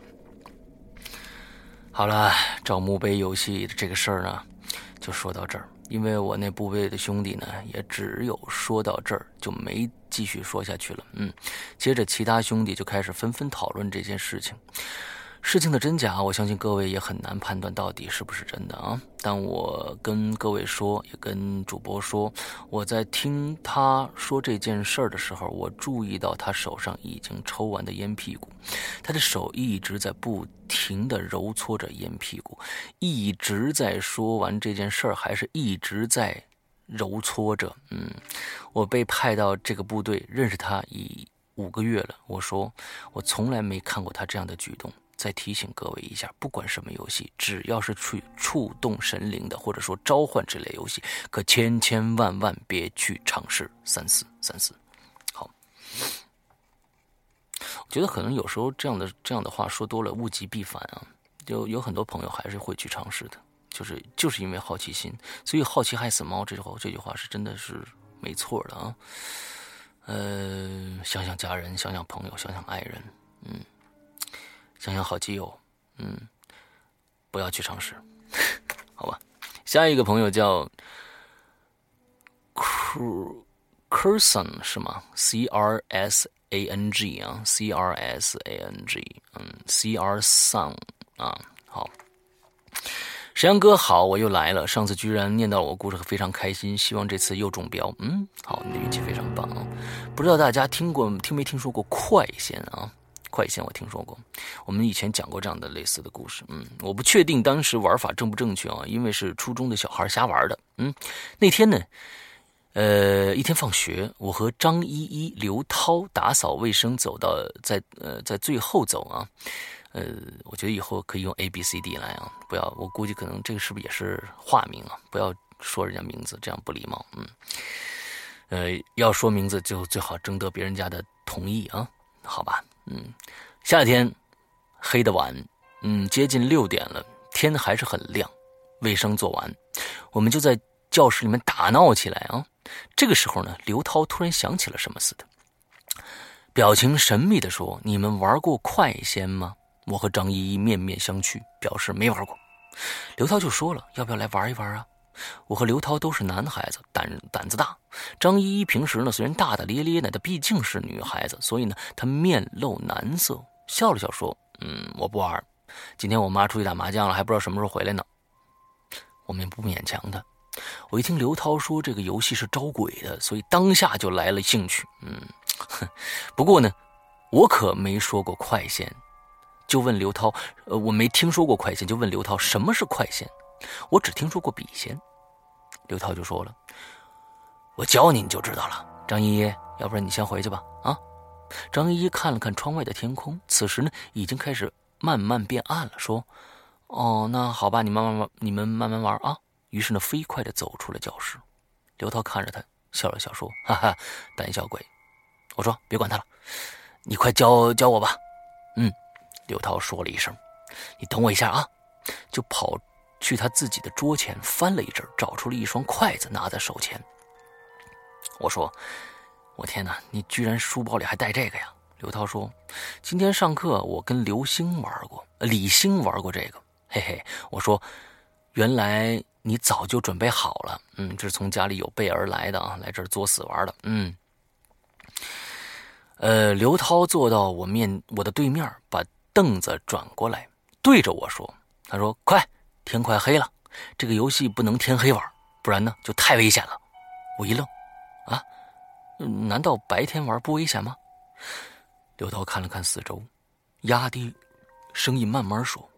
S1: 好了，找墓碑游戏这个事儿呢就说到这儿，因为我那部位的兄弟呢也只有说到这儿就没继续说下去了。嗯，接着其他兄弟就开始纷纷讨论这件事情。事情的真假，我相信各位也很难判断到底是不是真的啊。但我跟各位说，也跟主播说，我在听他说这件事儿的时候，我注意到他手上已经抽完的烟屁股，他的手一直在不停地揉搓着烟屁股，一直在说完这件事儿，还是一直在揉搓着。嗯，我被派到这个部队，认识他已五个月了。我说，我从来没看过他这样的举动。再提醒各位一下，不管什么游戏，只要是去触动神灵的，或者说召唤之类游戏，可千千万万别去尝试。三思三思。好，我觉得可能有时候这样的这样的话说多了，物极必反啊。就有很多朋友还是会去尝试的，就是就是因为好奇心，所以好奇害死猫这句话这句话是真的是没错的啊。呃，想想家人，想想朋友，想想爱人，嗯。想想好基友，嗯，不要去尝试，好吧。下一个朋友叫 Curson 是吗 ？C R S A N G 啊 ，C R S A N G， 嗯 ，C R Sun 啊，好。石阳哥好，我又来了。上次居然念到了我故事，非常开心。希望这次又中标。嗯，好，你的运气非常棒啊！不知道大家听过听没听说过快线啊？快线我听说过，我们以前讲过这样的类似的故事。嗯，我不确定当时玩法正不正确啊，因为是初中的小孩瞎玩的。嗯，那天呢，呃，一天放学，我和张依依、刘涛打扫卫生，走到在呃在最后走啊。呃，我觉得以后可以用 A B C D 来啊，不要，我估计可能这个是不是也是化名啊？不要说人家名字，这样不礼貌。嗯，呃，要说名字就最好征得别人家的同意啊，好吧？嗯，夏天黑的晚，嗯，接近六点了，天还是很亮。卫生做完，我们就在教室里面打闹起来啊。这个时候呢，刘涛突然想起了什么似的，表情神秘地说：“你们玩过快仙吗？”我和张依依面面相觑，表示没玩过。刘涛就说了：“要不要来玩一玩啊？”我和刘涛都是男孩子，胆胆子大。张依依平时呢虽然大大咧咧的，但毕竟是女孩子，所以呢她面露难色，笑了笑说：“嗯，我不玩。今天我妈出去打麻将了，还不知道什么时候回来呢。”我们也不勉强她。我一听刘涛说这个游戏是招鬼的，所以当下就来了兴趣。嗯，不过呢，我可没说过快仙，就问刘涛，呃，我没听说过快仙，就问刘涛什么是快仙。我只听说过笔仙。刘涛就说了：“我教你你就知道了。张依依，要不然你先回去吧。”啊，张依依看了看窗外的天空，此时呢已经开始慢慢变暗了，说：“哦，那好吧，你慢慢玩，你们慢慢玩啊。”于是呢，飞快地走出了教室。刘涛看着他，笑了笑说：“哈哈，胆小鬼。”我说：“别管他了，你快教教我吧。”嗯，刘涛说了一声：“你等我一下啊。”就跑去他自己的桌前翻了一阵，找出了一双筷子拿在手前。我说：“我天哪，你居然书包里还带这个呀？”刘涛说：“今天上课我跟刘星玩过，李星玩过这个，嘿嘿。”我说：“原来你早就准备好了。”嗯，这是从家里有备而来的啊，来这儿作死玩的。嗯，呃，刘涛坐到我面我的对面，把凳子转过来，对着我说：“他说快，天快黑了，这个游戏不能天黑玩，不然呢就太危险了。”我一愣，啊，难道白天玩不危险吗？刘涛看了看四周，压低声音慢慢说：“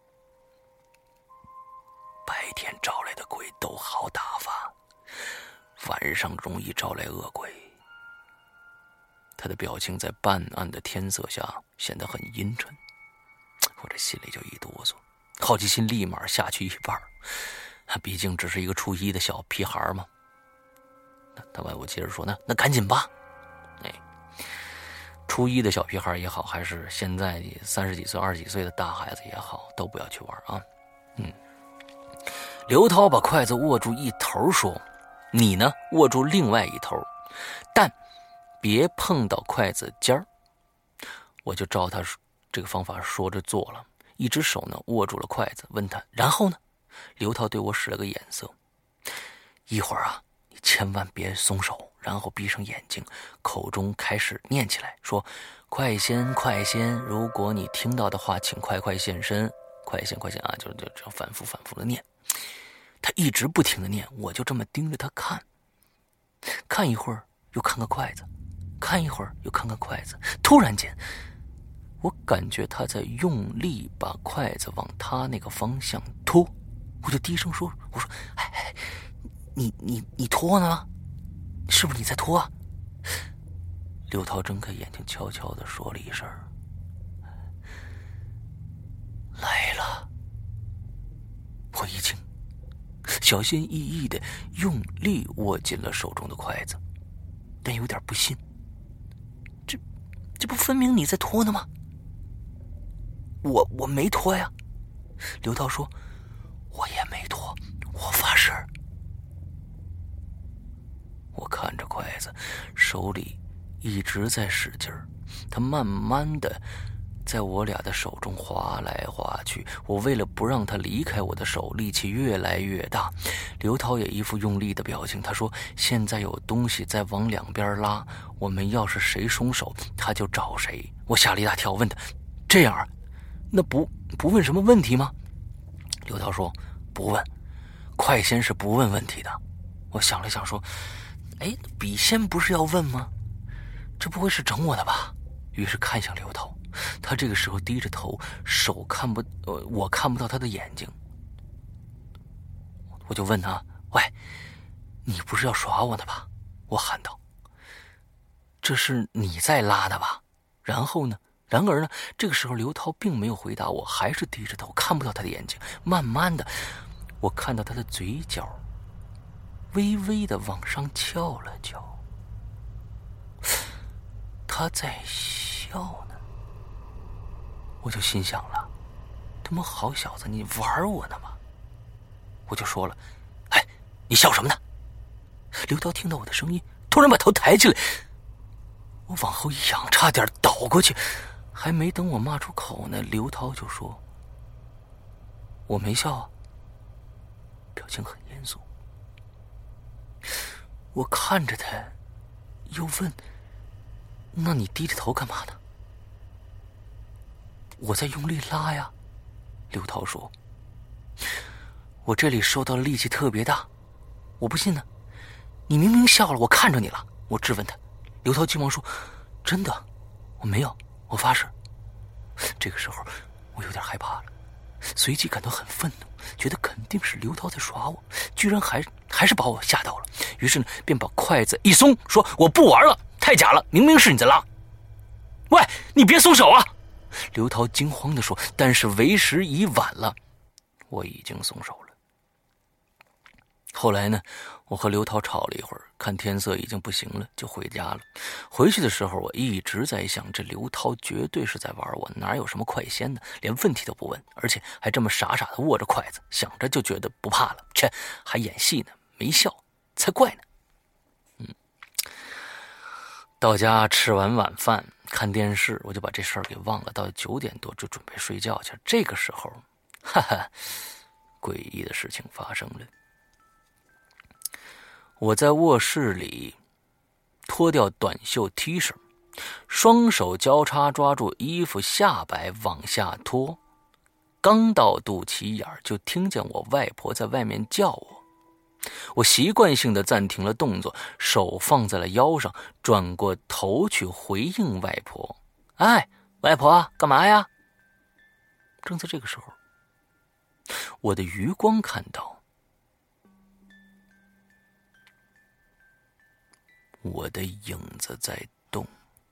S1: 白天招来的鬼都好打发，晚上容易招来恶鬼。”他的表情在半暗的天色下显得很阴沉，我这心里就一哆嗦，好奇心立马下去一半。毕竟只是一个初一的小屁孩嘛。他问我接着说：“那那赶紧吧。”哎，初一的小屁孩也好，还是现在三十几岁、二十几岁的大孩子也好，都不要去玩啊。嗯。刘涛把筷子握住一头说：“你呢，握住另外一头，但别碰到筷子尖儿。”我就照他这个方法说着做了，一只手呢握住了筷子，问他：“然后呢？”刘涛对我使了个眼色：“一会儿啊，你千万别松手，然后闭上眼睛，口中开始念起来，说：快仙快仙，如果你听到的话，请快快现身。快仙快仙啊，就就这样反复反复的念。”他一直不停的念，我就这么盯着他看，看一会儿又看看筷子，看一会儿又看看筷子。突然间，我感觉他在用力把筷子往他那个方向拖，我就低声说：“我说，哎哎，你你你拖呢？是不是你在拖啊？”刘涛睁开眼睛，悄悄地说了一声：“来了。”我一惊，小心翼翼地用力握紧了手中的筷子，但有点不信。这这不分明你在拖呢吗？我我没拖呀。刘涛说：“我也没拖，我发誓。”我看着筷子，手里一直在使劲儿，它慢慢的在我俩的手中滑来滑去。我为了不让他离开我的手，力气越来越大。刘涛也一副用力的表情，他说：“现在有东西在往两边拉，我们要是谁松手，他就找谁。”我吓了一大跳，问他：“这样，那不不问什么问题吗？”刘涛说：“不问，快仙是不问问题的。”我想了想说：“哎，笔仙不是要问吗？这不会是整我的吧？”于是看向刘涛，他这个时候低着头，手看不呃，我看不到他的眼睛。我就问他：“喂，你不是要耍我呢吧？”我喊道：“这是你在拉的吧？”然后呢？然而呢，这个时候刘涛并没有回答我，还是低着头，看不到他的眼睛。慢慢的，我看到他的嘴角微微的往上翘了翘。他在笑呢。我就心想了，他妈好小子，你玩我呢吗？我就说了，哎，你笑什么呢？刘涛听到我的声音，突然把头抬起来，我往后一仰，差点倒过去。还没等我骂出口呢，刘涛就说，我没笑啊，表情很严肃。我看着他，又问，那你低着头干嘛呢？我在用力拉呀。刘涛说，我这里受到的力气特别大，我不信呢。你明明笑了，我看着你了。我质问他。刘涛急忙说，真的，我没有，我发誓。这个时候我有点害怕了，随即感到很愤怒，觉得肯定是刘涛在耍我，居然还还是把我吓到了。于是呢，便把筷子一松，说，我不玩了，太假了，明明是你在拉。喂，你别松手啊！刘涛惊慌地说，但是为时已晚了，我已经松手了。后来呢，我和刘涛吵了一会儿，看天色已经不行了，就回家了。回去的时候，我一直在想，这刘涛绝对是在玩我，哪有什么快先呢？连问题都不问，而且还这么傻傻的握着筷子，想着就觉得不怕了。切，还演戏呢，没笑才怪呢。嗯，到家吃完晚饭，看电视，我就把这事儿给忘了。到九点多就准备睡觉去。这个时候，哈哈，诡异的事情发生了。我在卧室里脱掉短袖 T 恤，双手交叉抓住衣服下摆往下拖，刚到肚脐眼就听见我外婆在外面叫我。我习惯性的暂停了动作，手放在了腰上，转过头去回应外婆。哎，外婆，干嘛呀？正在这个时候，我的余光看到我的影子在动，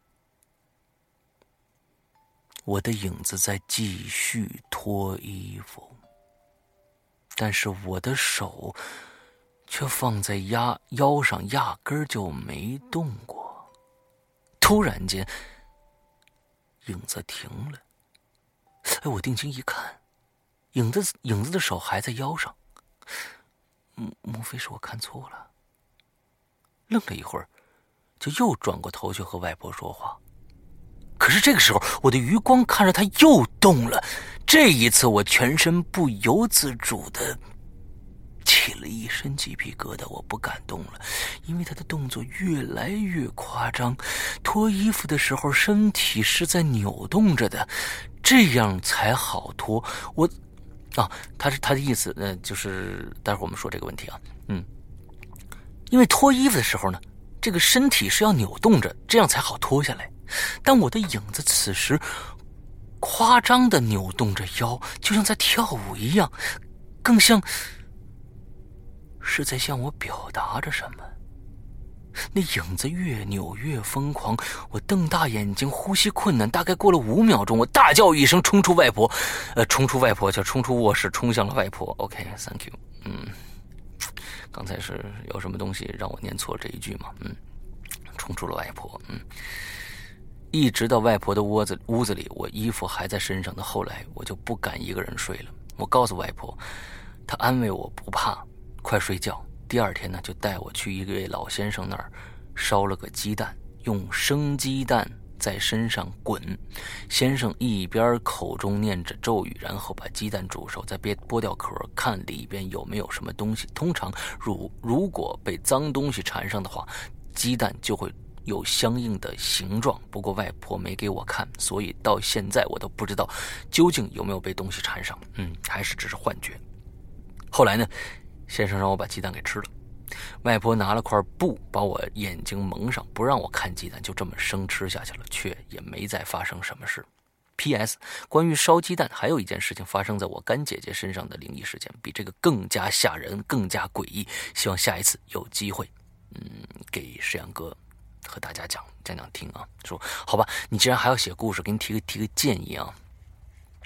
S1: 我的影子在继续脱衣服，但是我的手却放在压腰上，压根儿就没动过。突然间，影子停了。哎，我定睛一看，影子影子的手还在腰上。莫莫非是我看错了？愣了一会儿，就又转过头去和外婆说话。可是这个时候，我的余光看着她又动了。这一次，我全身不由自主的起了一身鸡皮疙瘩，我不敢动了，因为他的动作越来越夸张。脱衣服的时候，身体是在扭动着的，这样才好脱。我，啊，他是他的意思，呃，就是待会儿我们说这个问题啊，嗯，因为脱衣服的时候呢，这个身体是要扭动着，这样才好脱下来。但我的影子此时夸张的扭动着腰，就像在跳舞一样，更像是在向我表达着什么。那影子越扭越疯狂，我瞪大眼睛，呼吸困难。大概过了五秒钟，我大叫一声，冲出外婆，呃，冲出外婆就冲出卧室，冲向了外婆。OK，Thank you。嗯，刚才是有什么东西让我念错这一句吗？嗯，冲出了外婆。嗯，一直到外婆的窝子屋子里，我衣服还在身上的。后来我就不敢一个人睡了。我告诉外婆，她安慰我不怕，快睡觉。第二天呢，就带我去一位老先生那儿烧了个鸡蛋，用生鸡蛋在身上滚。先生一边口中念着咒语，然后把鸡蛋煮熟，再别剥掉壳，看里边有没有什么东西。通常如如果被脏东西缠上的话，鸡蛋就会有相应的形状。不过外婆没给我看，所以到现在我都不知道究竟有没有被东西缠上，嗯，还是只是幻觉。后来呢，先生让我把鸡蛋给吃了，外婆拿了块布把我眼睛蒙上，不让我看鸡蛋，就这么生吃下去了，却也没再发生什么事。P S 关于烧鸡蛋，还有一件事情发生在我干姐姐身上的灵异事件，比这个更加吓人，更加诡异。希望下一次有机会，嗯，给石阳哥和大家讲讲讲听啊。说好吧，你既然还要写故事，给你提个提个建议啊。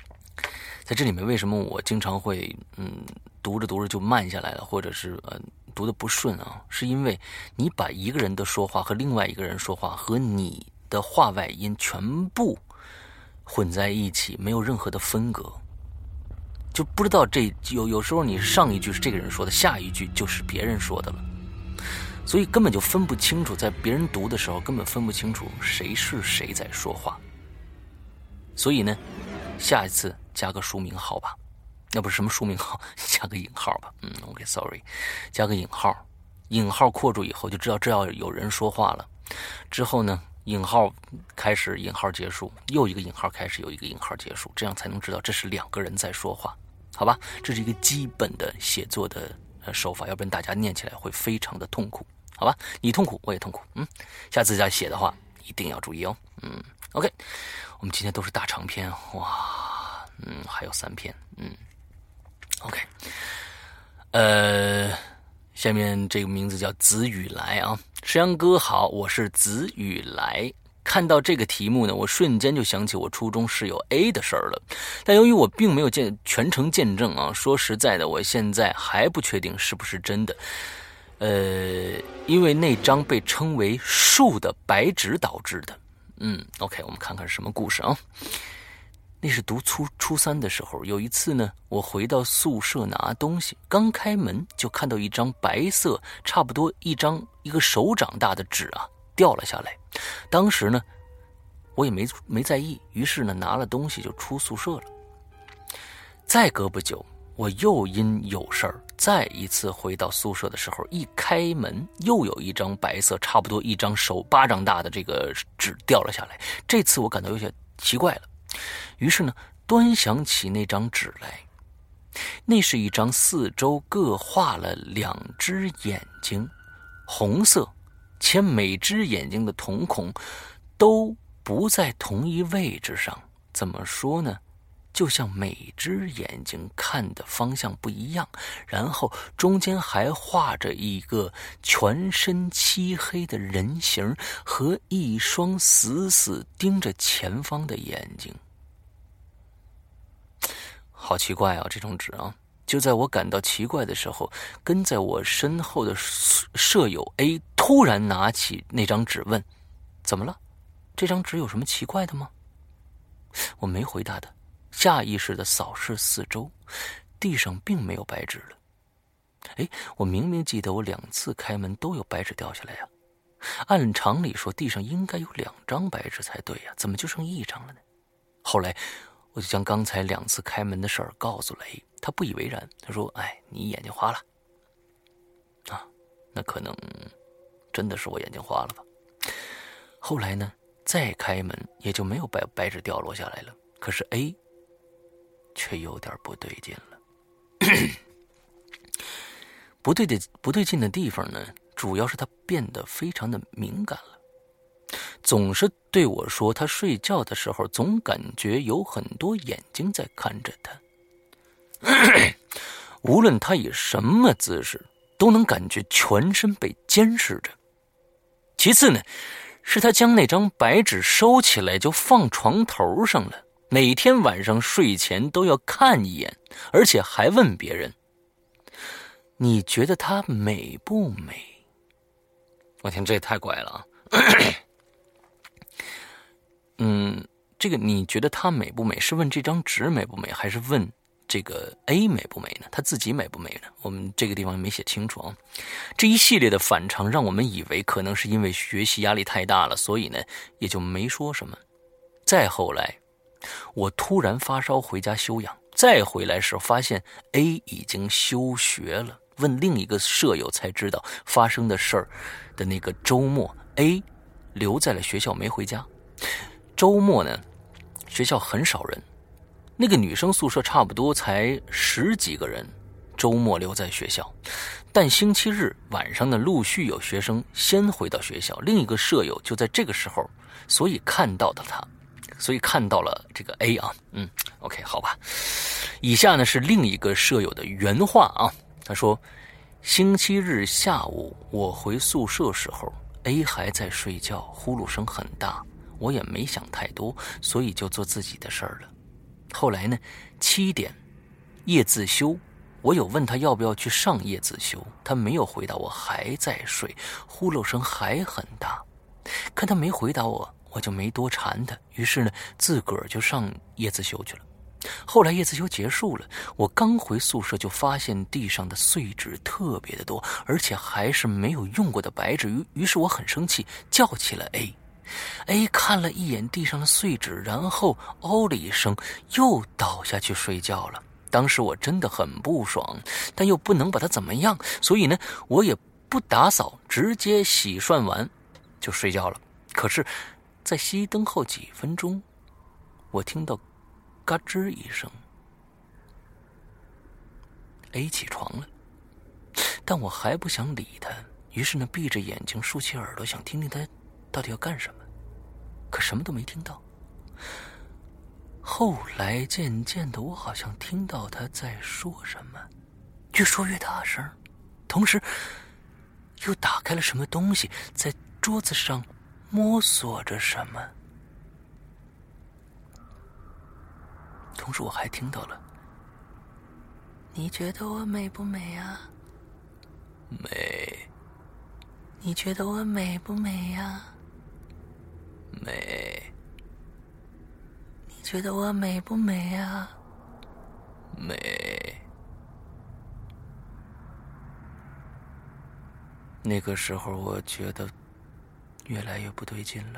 S1: 在这里面，为什么我经常会嗯读着读着就慢下来了，或者是呃读的不顺啊，是因为你把一个人的说话和另外一个人说话和你的话外音全部混在一起，没有任何的分隔，就不知道这有有时候你上一句是这个人说的，下一句就是别人说的了，所以根本就分不清楚，在别人读的时候根本分不清楚谁是谁在说话。所以呢，下一次加个书名号吧，那不是什么书名号，加个引号吧。嗯 ，OK， sorry， 加个引号，引号括住以后就知道这要有人说话了。之后呢，引号开始，引号结束，又一个引号开始，又一个引号结束，这样才能知道这是两个人在说话，好吧？这是一个基本的写作的呃手法，要不然大家念起来会非常的痛苦，好吧？你痛苦，我也痛苦。嗯，下次再写的话一定要注意哦。嗯 ，OK。我们今天都是大长篇，哇，嗯，还有三篇，嗯 ，OK， 呃，下面这个名字叫子雨来啊，石阳哥好，我是子雨来。看到这个题目呢，我瞬间就想起我初中室友 A 的事儿了，但由于我并没有见全程见证啊，说实在的，我现在还不确定是不是真的。呃，因为那张被称为树的白纸导致的。嗯 ，OK， 我们看看是什么故事啊？那是读初初三的时候，有一次呢，我回到宿舍拿东西，刚开门就看到一张白色，差不多一张一个手掌大的纸啊掉了下来。当时呢，我也没没在意，于是呢拿了东西就出宿舍了。再隔不久，我又因有事儿，再一次回到宿舍的时候，一开门又有一张白色差不多一张手巴掌大的这个纸掉了下来。这次我感到有些奇怪了，于是呢端详起那张纸来，那是一张四周各画了两只眼睛，红色，且每只眼睛的瞳孔都不在同一位置上。怎么说呢，就像每只眼睛看的方向不一样，然后中间还画着一个全身漆黑的人形和一双死死盯着前方的眼睛。好奇怪啊，这种纸啊！就在我感到奇怪的时候，跟在我身后的舍友 A 突然拿起那张纸问：“怎么了？这张纸有什么奇怪的吗？”我没回答他，下意识地扫视四周，地上并没有白纸了。哎，我明明记得我两次开门都有白纸掉下来呀、啊，按常理说地上应该有两张白纸才对呀、啊，怎么就剩一张了呢？后来我就将刚才两次开门的事儿告诉了 A， 他不以为然，他说：“哎，你眼睛花了啊，那可能真的是我眼睛花了吧。”后来呢，再开门也就没有白白纸掉落下来了。可是 A 却有点不对劲了。不对的不对劲的地方呢，主要是他变得非常的敏感了，总是对我说他睡觉的时候总感觉有很多眼睛在看着他，无论他以什么姿势都能感觉全身被监视着。其次呢，是他将那张白纸收起来就放床头上了，每天晚上睡前都要看一眼，而且还问别人：“你觉得她美不美？”我天，这也太怪了啊！嗯，这个你觉得她美不美，是问这张纸美不美，还是问这个 A 美不美呢？他自己美不美呢？我们这个地方没写清楚啊。这一系列的反常让我们以为可能是因为学习压力太大了，所以呢也就没说什么。再后来我突然发烧回家休养，再回来时发现 A 已经休学了，问另一个舍友才知道发生的事儿的那个周末 A 留在了学校没回家。周末呢学校很少人，那个女生宿舍差不多才十几个人，周末留在学校，但星期日晚上呢陆续有学生先回到学校，另一个舍友就在这个时候，所以看到的他所以看到了这个 A 啊，嗯 ，OK， 好吧。以下呢是另一个舍友的原话啊，他说：星期日下午我回宿舍时候 ，A 还在睡觉，呼噜声很大，我也没想太多，所以就做自己的事儿了。后来呢，七点夜自修， 我有问他要不要去上夜自修，他没有回答我，还在睡，呼噜声还很大。看他没回答我，我就没多缠他，于是呢，自个儿就上夜自修去了。后来夜自修结束了，我刚回宿舍就发现地上的碎纸特别的多，而且还是没有用过的白纸，于于是我很生气，叫起了 A。A 看了一眼地上的碎纸，然后哦了一声，又倒下去睡觉了。当时我真的很不爽，但又不能把他怎么样，所以呢，我也不打扫，直接洗涮完就睡觉了。可是，在熄灯后几分钟，我听到嘎吱一声 ，A 起床了，但我还不想理他，于是呢，闭着眼睛竖起耳朵，想听听他到底要干什么，可什么都没听到。后来渐渐的，我好像听到他在说什么，越说越大声，同时又打开了什么东西，在桌子上摸索着什么。同时我还听到了，你觉得我美不美啊？美。你觉得我美不美呀？美。你觉得我美不美呀？美。那个时候我觉得越来越不对劲了，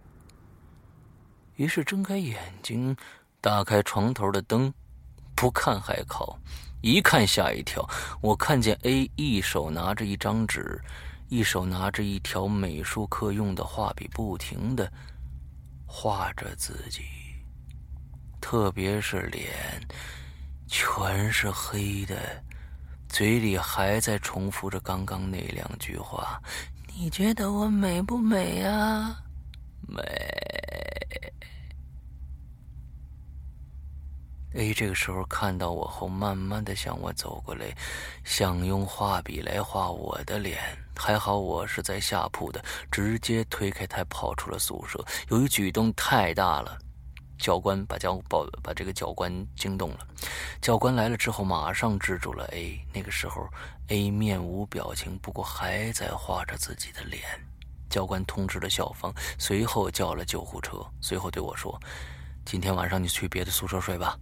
S1: 于是睁开眼睛，打开床头的灯，不看还好，一看吓一跳。我看见 A 一手拿着一张纸，一手拿着一条美术课用的画笔，不停地画着自己，特别是脸，全是黑的，嘴里还在重复着刚刚那两句话：你觉得我美不美啊？美。A 这个时候看到我后，慢慢的向我走过来，想用画笔来画我的脸。还好我是在下铺的，直接推开他跑出了宿舍。由于举动太大了，教官把教把把这个教官惊动了。教官来了之后，马上制住了 A。那个时候 A 面无表情，不过还在画着自己的脸。教官通知了校方，随后叫了救护车，随后对我说：今天晚上你去别的宿舍睡吧。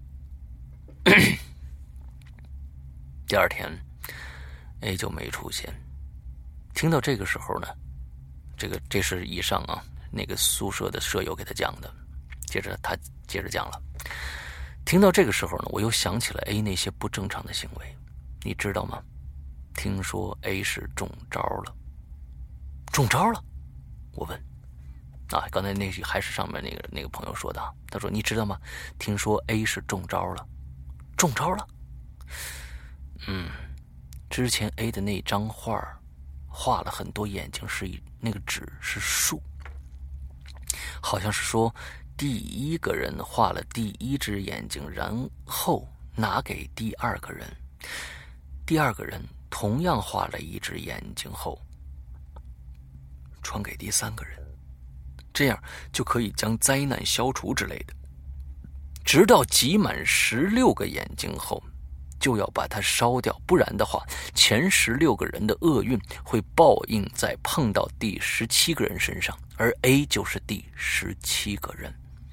S1: 第二天 A 就没出现。听到这个时候呢，这个这是以上啊那个宿舍的舍友给他讲的，接着他接着讲了。听到这个时候呢，我又想起了 A 那些不正常的行为。你知道吗？听说 A 是中招了。中招了？我问。啊，刚才那还是上面那个那个朋友说的啊。他说你知道吗？听说 A 是中招了。中招了？嗯，之前 A 的那张画画了很多眼睛，是一那个纸是树，好像是说第一个人画了第一只眼睛，然后拿给第二个人，第二个人同样画了一只眼睛后传给第三个人，这样就可以将灾难消除之类的。直到集满十六个眼睛后，就要把它烧掉，不然的话，前十六个人的厄运会报应在碰到第十七个人身上，而 A 就是第十七个人。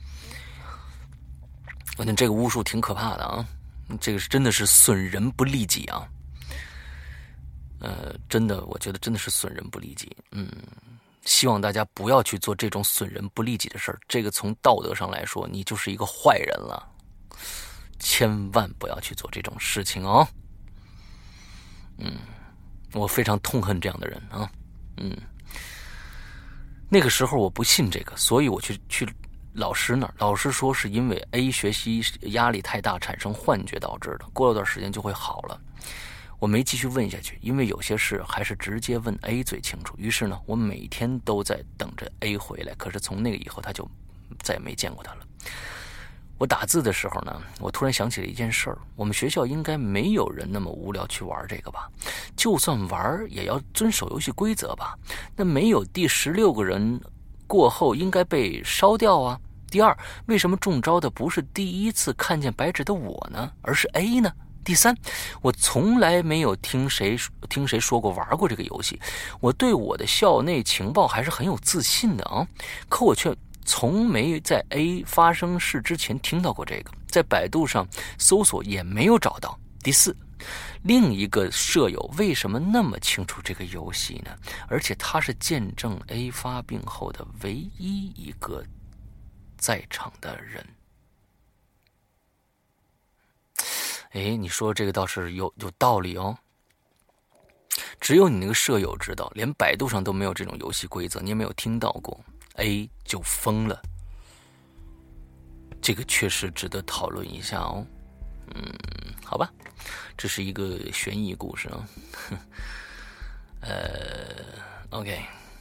S1: 我觉得这个巫术挺可怕的啊，这个是真的是损人不利己啊。呃，真的，我觉得真的是损人不利己。嗯。希望大家不要去做这种损人不利己的事儿，这个从道德上来说，你就是一个坏人了，千万不要去做这种事情哦。嗯，我非常痛恨这样的人啊。嗯，那个时候我不信这个，所以我去去老师那儿，老师说是因为 A 学习压力太大产生幻觉导致的，过了段时间就会好了。我没继续问下去，因为有些事还是直接问 A 最清楚。于是呢，我每天都在等着 A 回来，可是从那个以后他就再也没见过他了。我打字的时候呢，我突然想起了一件事儿，我们学校应该没有人那么无聊去玩这个吧，就算玩也要遵守游戏规则吧。那没有第十六个人过后应该被烧掉啊。第二，为什么中招的不是第一次看见白纸的我呢，而是 A 呢？ 第三，我从来没有听谁听谁说过玩过这个游戏，我对我的校内情报还是很有自信的啊，可我却从没在 A 发生事之前听到过这个，在百度上搜索也没有找到。第四，另一个舍友为什么那么清楚这个游戏呢？而且他是见证 A 发病后的唯一一个在场的人。哎，你说这个倒是有有道理哦。只有你那个舍友知道，连百度上都没有这种游戏规则，你也没有听到过 ，A 就疯了。这个确实值得讨论一下哦。嗯，好吧，这是一个悬疑故事啊。呃 ，OK，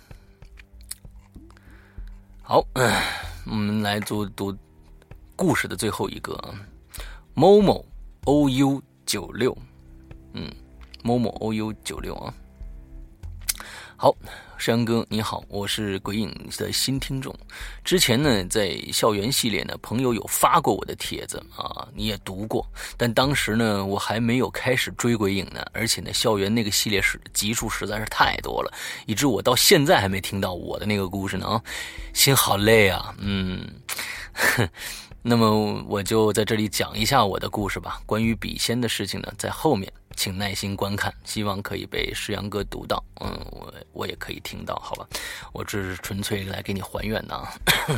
S1: 好，我们来读读故事的最后一个啊，某某 O U 九六，嗯，某某 O U 九六啊。好，山哥你好，我是鬼影的新听众。之前呢，在校园系列呢，朋友有发过我的帖子啊，你也读过，但当时呢，我还没有开始追鬼影呢，而且呢，校园那个系列是集数实在是太多了，以致我到现在还没听到我的那个故事呢啊，心好累啊，嗯。那么我就在这里讲一下我的故事吧。关于笔仙的事情呢，在后面请耐心观看，希望可以被石阳哥读到。嗯，我我也可以听到，好吧？我这是纯粹来给你还愿的啊。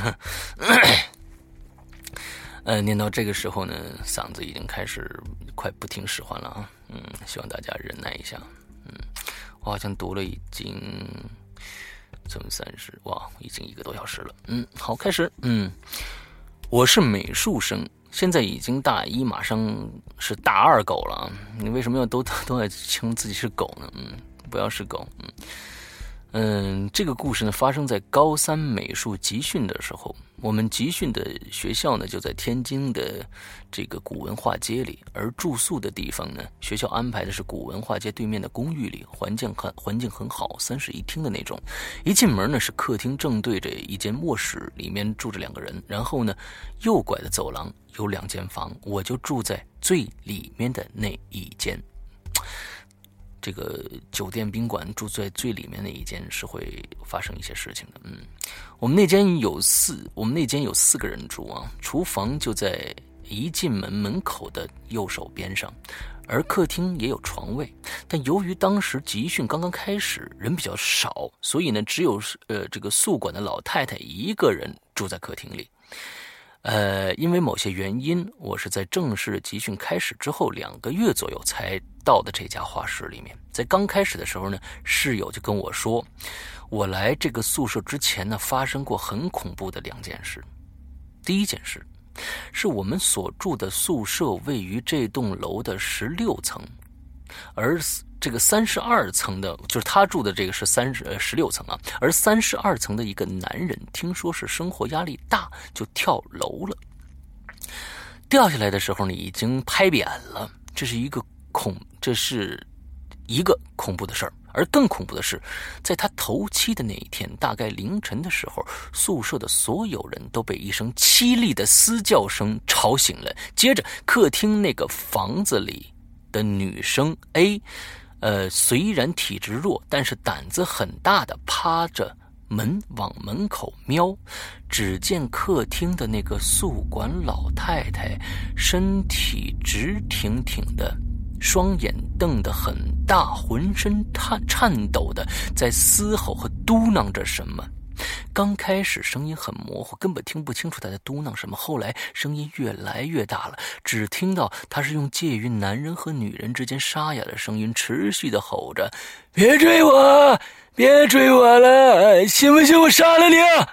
S1: 呃，念到这个时候呢，嗓子已经开始快不听使唤了啊。嗯，希望大家忍耐一下。嗯，我好像读了已经这么三十，哇，已经一个多小时了。嗯，好，开始。嗯。我是美术生，现在已经大一，马上是大二狗了啊！你为什么要都都在称自己是狗呢？嗯，不要是狗。嗯嗯，这个故事呢发生在高三美术集训的时候，我们集训的学校呢就在天津的这个古文化街里，而住宿的地方呢，学校安排的是古文化街对面的公寓里，环境很环境很好，三室一厅的那种。一进门呢是客厅，正对着一间卧室，里面住着两个人，然后呢右拐的走廊有两间房，我就住在最里面的那一间。这个酒店宾馆住在最里面的一间是会发生一些事情的。嗯，我们那间有四，我们那间有四个人住啊，厨房就在一进门门口的右手边上，而客厅也有床位。但由于当时集训刚刚开始，人比较少，所以呢，只有呃这个宿管的老太太一个人住在客厅里。呃，因为某些原因，我是在正式集训开始之后两个月左右才到的这家画室里面。在刚开始的时候呢，室友就跟我说，我来这个宿舍之前呢，发生过很恐怖的两件事。第一件事，是我们所住的宿舍位于这栋楼的十六层，而这个三十二层的，就是他住的这个是三十呃十六层啊，而三十二层的一个男人，听说是生活压力大，就跳楼了。掉下来的时候呢，已经拍扁了。这是一个恐，这是一个恐怖的事儿。而更恐怖的是，在他头七的那一天，大概凌晨的时候，宿舍的所有人都被一声凄厉的嘶叫声吵醒了。接着，客厅那个房子里的女生 A。呃，虽然体质弱，但是胆子很大的趴着门往门口瞄，只见客厅的那个宿管老太太身体直挺挺的，双眼瞪得很大，浑身颤颤抖的在嘶吼和嘟囔着什么。刚开始声音很模糊，根本听不清楚他在嘟囔什么，后来声音越来越大了，只听到他是用介于男人和女人之间沙哑的声音持续的吼着，别追我，别追我了，信不信我杀了你啊。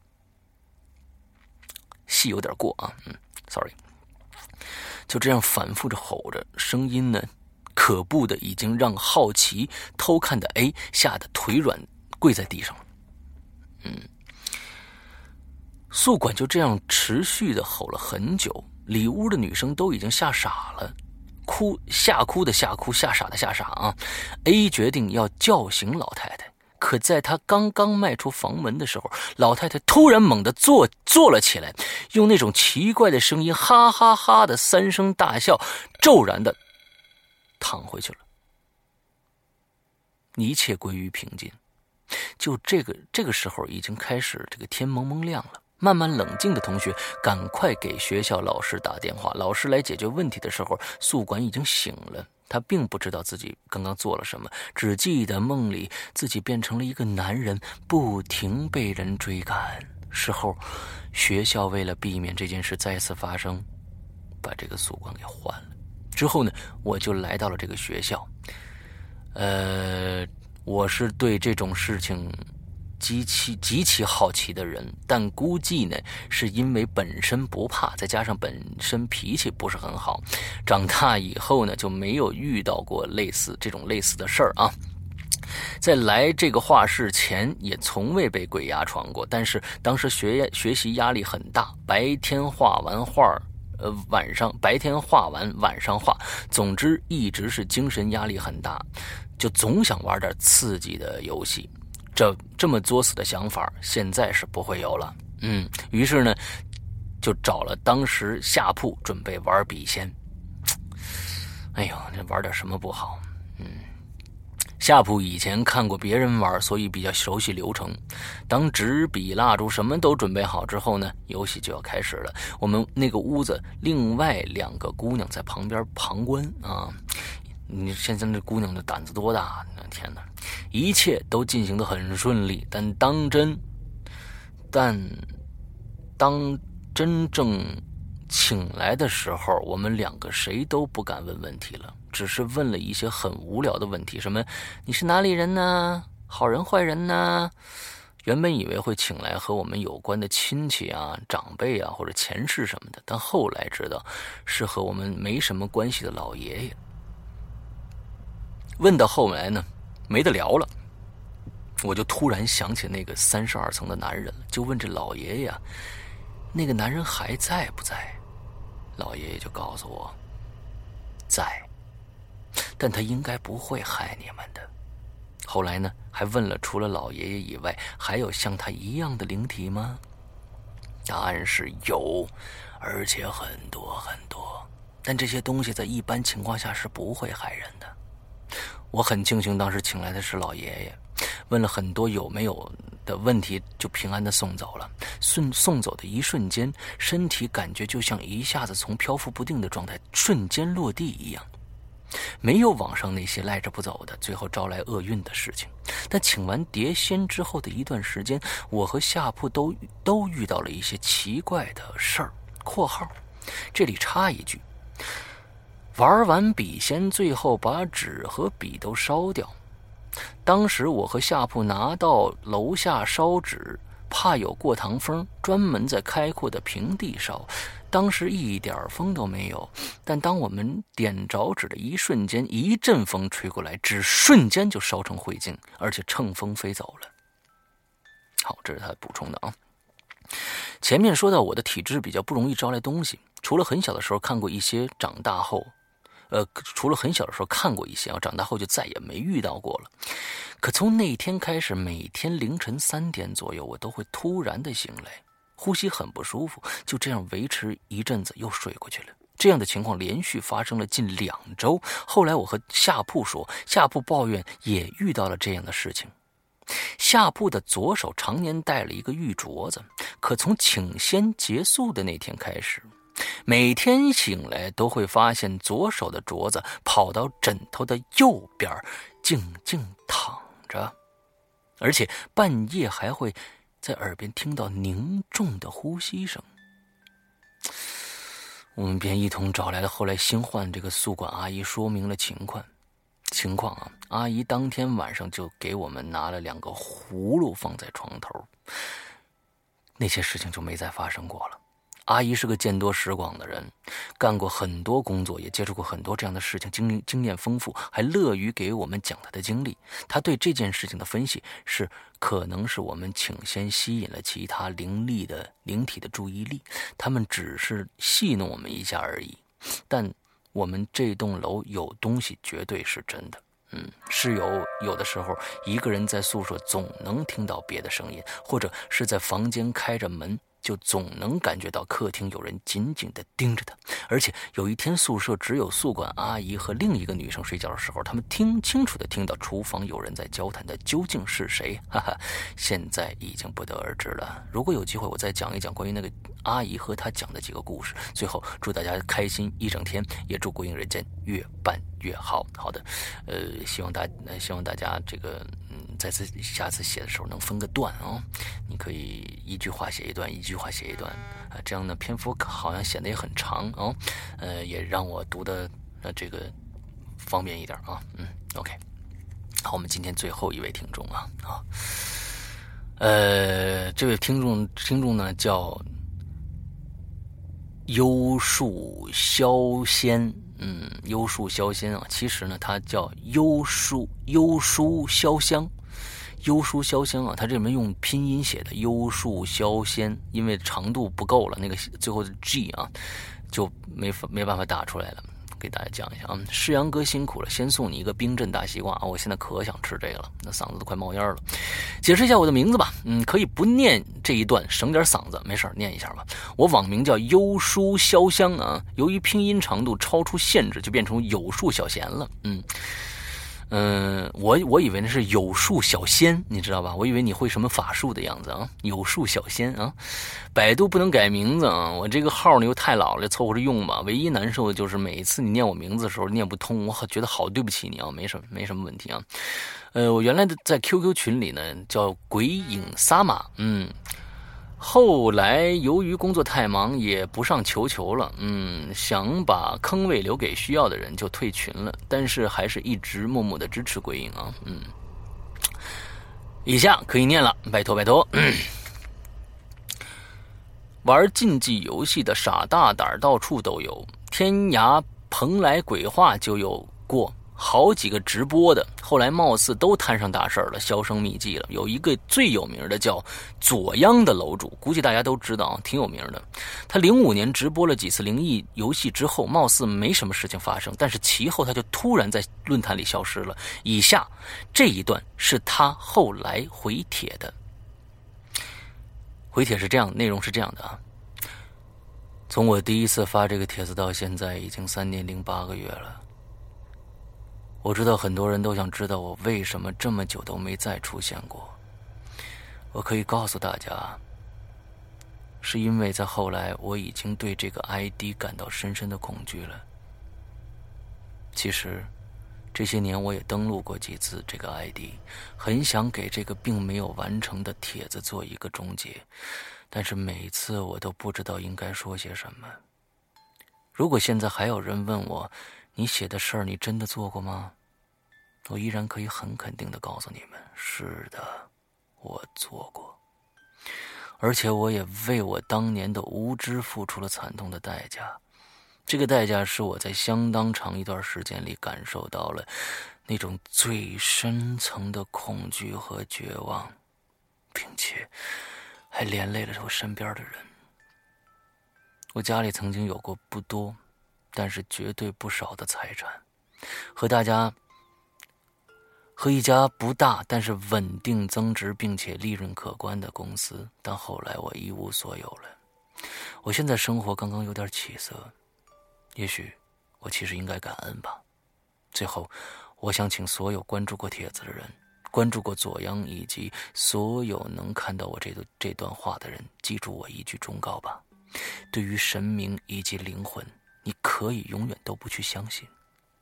S1: 戏有点过啊，嗯 sorry。 就这样反复着吼着，声音呢可怖的已经让好奇偷看的 A 吓得腿软跪在地上了。嗯，宿管就这样持续的吼了很久，里屋的女生都已经吓傻了，哭吓哭的吓哭，吓傻的吓傻啊。A 决定要叫醒老太太，可在他刚刚迈出房门的时候，老太太突然猛地坐坐了起来，用那种奇怪的声音哈哈哈的三声大笑，骤然的躺回去了，一切归于平静。就这个这个时候已经开始这个天蒙蒙亮了。慢慢冷静的同学赶快给学校老师打电话，老师来解决问题的时候，宿管已经醒了。他并不知道自己刚刚做了什么，只记得梦里自己变成了一个男人，不停被人追赶。事后学校为了避免这件事再次发生，把这个宿管给换了。之后呢，我就来到了这个学校。呃我是对这种事情极其极其好奇的人，但估计呢是因为本身不怕，再加上本身脾气不是很好，长大以后呢就没有遇到过类似这种类似的事儿啊。在来这个画室前也从未被鬼压床过，但是当时学学习压力很大，白天画完画呃，晚上白天画完晚上画，总之一直是精神压力很大，就总想玩点刺激的游戏。这这么作死的想法现在是不会有了。嗯，于是呢就找了当时下铺准备玩笔仙。哎呦，这玩点什么不好？嗯，下铺以前看过别人玩，所以比较熟悉流程。当纸笔蜡烛什么都准备好之后呢，游戏就要开始了。我们那个屋子另外两个姑娘在旁边旁观啊。你现在这姑娘的胆子多大？天哪！一切都进行得很顺利，但当真，但当真正请来的时候，我们两个谁都不敢问问题了，只是问了一些很无聊的问题，什么你是哪里人呢？好人坏人呢？原本以为会请来和我们有关的亲戚啊、长辈啊或者前世什么的，但后来知道是和我们没什么关系的老爷爷。问到后来呢，没得聊了，我就突然想起那个三十二层的男人了，就问这老爷爷，那个男人还在不在？老爷爷就告诉我，在，但他应该不会害你们的。后来呢，还问了除了老爷爷以外，还有像他一样的灵体吗？答案是有，而且很多很多，但这些东西在一般情况下是不会害人的。我很庆幸当时请来的是老爷爷，问了很多有没有的问题，就平安的送走了。送送走的一瞬间，身体感觉就像一下子从漂浮不定的状态瞬间落地一样。没有网上那些赖着不走的，最后招来厄运的事情。但请完碟仙之后的一段时间，我和下铺都都遇到了一些奇怪的事儿。（括号这里插一句，玩完笔仙，最后把纸和笔都烧掉。当时我和下铺拿到楼下烧纸，怕有过堂风，专门在开阔的平地烧。当时一点风都没有，但当我们点着纸的一瞬间，一阵风吹过来，纸瞬间就烧成灰烬，而且乘风飞走了。好，这是他补充的啊。前面说到我的体质比较不容易招来东西，除了很小的时候看过一些，长大后呃，除了很小的时候看过一些啊，长大后就再也没遇到过了。可从那天开始，每天凌晨三点左右，我都会突然的醒来，呼吸很不舒服，就这样维持一阵子，又睡过去了。这样的情况连续发生了近两周。后来我和下铺说，下铺抱怨也遇到了这样的事情。下铺的左手常年戴了一个玉镯子，可从请仙结束的那天开始，每天醒来都会发现左手的镯子跑到枕头的右边，静静躺着，而且半夜还会在耳边听到凝重的呼吸声。我们便一同找来了后来新换这个宿管阿姨，说明了情况。情况啊，阿姨当天晚上就给我们拿了两个葫芦放在床头，那些事情就没再发生过了。阿姨是个见多识广的人，干过很多工作，也接触过很多这样的事情，经经验丰富，还乐于给我们讲她的经历。她对这件事情的分析是，可能是我们请仙吸引了其他灵力的灵体的注意力，他们只是戏弄我们一下而已。但我们这栋楼有东西绝对是真的。嗯，室友有的时候一个人在宿舍总能听到别的声音，或者是在房间开着门就总能感觉到客厅有人紧紧地盯着他。而且有一天宿舍只有宿管阿姨和另一个女生睡觉的时候，他们听清楚地听到厨房有人在交谈的，究竟是谁？哈哈，现在已经不得而知了。如果有机会我再讲一讲关于那个阿姨和她讲的几个故事。最后祝大家开心一整天，也祝鬼影人间越办越好。好的，呃，希望大希望大家这个嗯，再次下次写的时候能分个段啊、哦，你可以一句话写一段，一句话写一段啊，这样呢篇幅好像显得也很长哦，呃，也让我读的呃这个方便一点啊。嗯 ，OK， 好，我们今天最后一位听众啊啊，呃，这位听众听众呢叫幽树萧仙。嗯，幽树萧仙啊，其实呢，它叫幽树幽书潇湘，幽书潇湘啊，它这里面用拼音写的幽树萧仙，因为长度不够了，那个最后的 G 啊，就没法没办法打出来了。给大家讲一下啊，世阳哥辛苦了，先送你一个冰镇大西瓜啊！我现在可想吃这个了，那嗓子都快冒烟了。解释一下我的名字吧，嗯，可以不念这一段，省点嗓子，没事念一下吧。我网名叫幽书潇湘啊，由于拼音长度超出限制，就变成有树小贤了。嗯。嗯，我我以为那是有术小仙，你知道吧？我以为你会什么法术的样子啊，有术小仙啊。百度不能改名字啊，我这个号呢又太老了，凑合着用吧。唯一难受的就是每一次你念我名字的时候念不通，我觉得好对不起你啊，没什么没什么问题啊。呃，我原来的在 Q Q 群里呢叫鬼影撒玛，嗯。后来由于工作太忙，也不上球球了，嗯，想把坑位留给需要的人，就退群了。但是还是一直默默的支持鬼影啊，嗯。以下可以念了，拜托拜托。玩竞技游戏的傻大胆到处都有，天涯蓬莱鬼话就有过。好几个直播的，后来貌似都摊上大事了，销声匿迹了。有一个最有名的叫左央的楼主，估计大家都知道，挺有名的。他零五年直播了几次灵异游戏之后，貌似没什么事情发生，但是其后他就突然在论坛里消失了。以下这一段是他后来回帖的，回帖是这样，内容是这样的啊。从我第一次发这个帖子到现在，已经三年零八个月了。我知道很多人都想知道我为什么这么久都没再出现过。我可以告诉大家，是因为在后来我已经对这个 I D 感到深深的恐惧了。其实这些年我也登录过几次这个 I D， 很想给这个并没有完成的帖子做一个终结，但是每次我都不知道应该说些什么。如果现在还有人问我，你写的事儿你真的做过吗？我依然可以很肯定地告诉你们，是的，我做过。而且我也为我当年的无知付出了惨痛的代价。这个代价是我在相当长一段时间里感受到了那种最深层的恐惧和绝望，并且还连累了我身边的人。我家里曾经有过不多但是绝对不少的财产，和大家和一家不大但是稳定增值并且利润可观的公司，但后来我一无所有了。我现在生活刚刚有点起色，也许我其实应该感恩吧。最后我想请所有关注过帖子的人，关注过左央以及所有能看到我这段这段话的人，记住我一句忠告吧，对于神明以及灵魂，你可以永远都不去相信，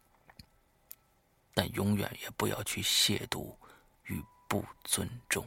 S1: 但永远也不要去亵渎与不尊重。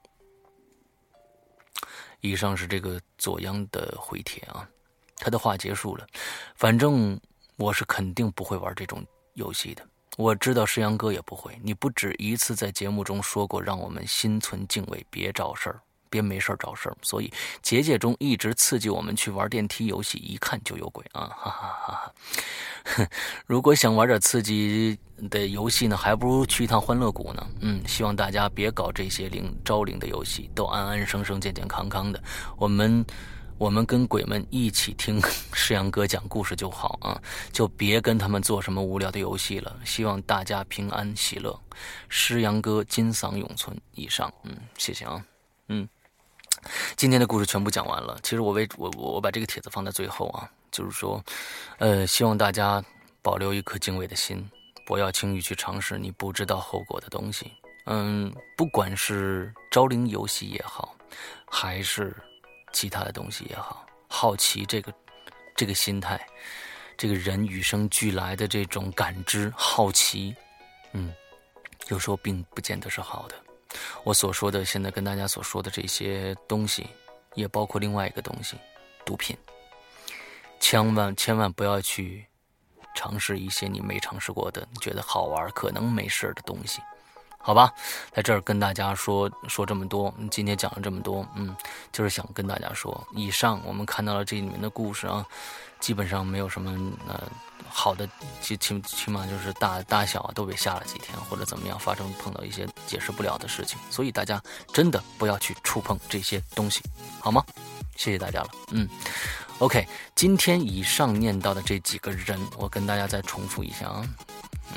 S1: 以上是这个左央的回帖啊，他的话结束了。反正我是肯定不会玩这种游戏的，我知道石阳哥也不会。你不止一次在节目中说过，让我们心存敬畏，别找事儿。别没事找事儿，所以结界中一直刺激我们去玩电梯游戏，一看就有鬼啊！哈哈哈哈！如果想玩点刺激的游戏呢，还不如去一趟欢乐谷呢。嗯，希望大家别搞这些灵招灵的游戏，都安安生生、健健康康的。我们我们跟鬼们一起听石阳哥讲故事就好啊，就别跟他们做什么无聊的游戏了。希望大家平安喜乐。石阳哥金嗓永存。以上，嗯，谢谢啊，嗯。 今天的故事全部讲完了。其实我为我我我把这个帖子放在最后啊，就是说，呃，希望大家保留一颗敬畏的心，不要轻易去尝试你不知道后果的东西。嗯，不管是招灵游戏也好，还是其他的东西也好，好奇这个这个心态，这个人与生俱来的这种感知好奇，嗯，有时候并不见得是好的。我所说的现在跟大家所说的这些东西，也包括另外一个东西，毒品。千万千万不要去尝试一些你没尝试过的，你觉得好玩可能没事的东西，好吧？在这儿跟大家说说这么多，今天讲了这么多，嗯，就是想跟大家说，以上我们看到了这里面的故事啊，基本上没有什么呃好的，起起起码就是大大小啊都被吓了几天，或者怎么样，发生碰到一些解释不了的事情，所以大家真的不要去触碰这些东西，好吗？谢谢大家了，嗯。OK， 今天以上念到的这几个人，我跟大家再重复一下啊。嗯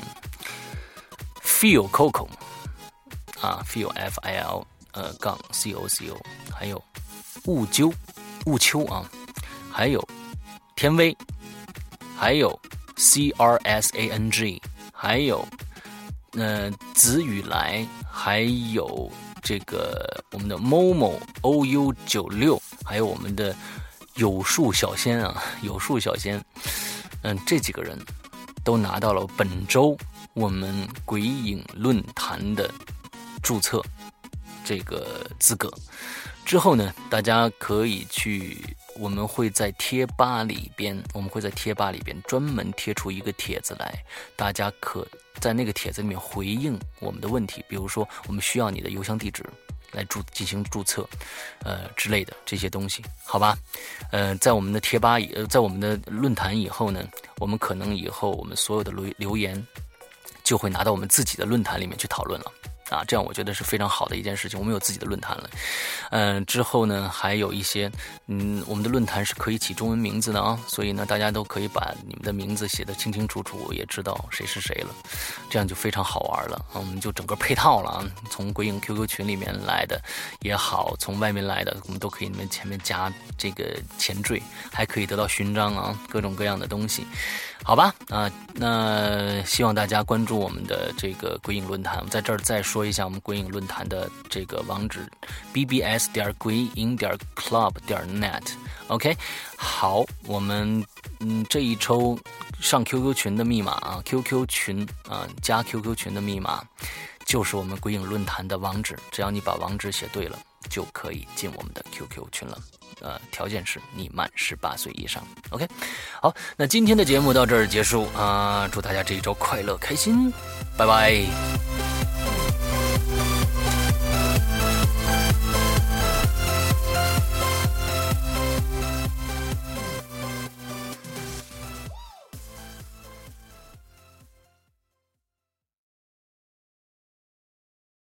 S1: ，Feel Coco 啊 ，Feel F I L 呃杠 C O C O， 还有雾鸠雾秋啊，还有天威，还有 C R S A N G， 还有呃子雨来，还有这个我们的 Momo O U 九六，还有我们的。有树小仙啊，有树小仙，嗯，这几个人都拿到了本周我们鬼影论坛的注册这个资格。之后呢，大家可以去，我们会在贴吧里边，我们会在贴吧里边专门贴出一个帖子来，大家可在那个帖子里面回应我们的问题，比如说我们需要你的邮箱地址。来注进行注册，呃之类的这些东西，好吧？呃，在我们的贴吧以，呃，在我们的论坛以后呢，我们可能以后我们所有的留留言就会拿到我们自己的论坛里面去讨论了。啊，这样我觉得是非常好的一件事情。我们有自己的论坛了，嗯、呃，之后呢，还有一些，嗯，我们的论坛是可以起中文名字的啊，所以呢，大家都可以把你们的名字写得清清楚楚，也知道谁是谁了，这样就非常好玩了。我们就整个配套了啊，从鬼影 Q Q 群里面来的也好，从外面来的，我们都可以你们前面加这个前缀，还可以得到勋章啊，各种各样的东西。好吧，啊，那希望大家关注我们的这个鬼影论坛。我们在这儿再说一下我们鬼影论坛的这个网址 b b s 点鬼影点 club 点 net。OK， 好，我们嗯这一周上 Q Q 群的密码啊 ，Q Q 群啊加 Q Q 群的密码就是我们鬼影论坛的网址，只要你把网址写对了，就可以进我们的 Q Q 群了。呃，条件是你满十八岁以上。OK， 好，那今天的节目到这儿结束啊、呃！祝大家这一周快乐开心，拜拜。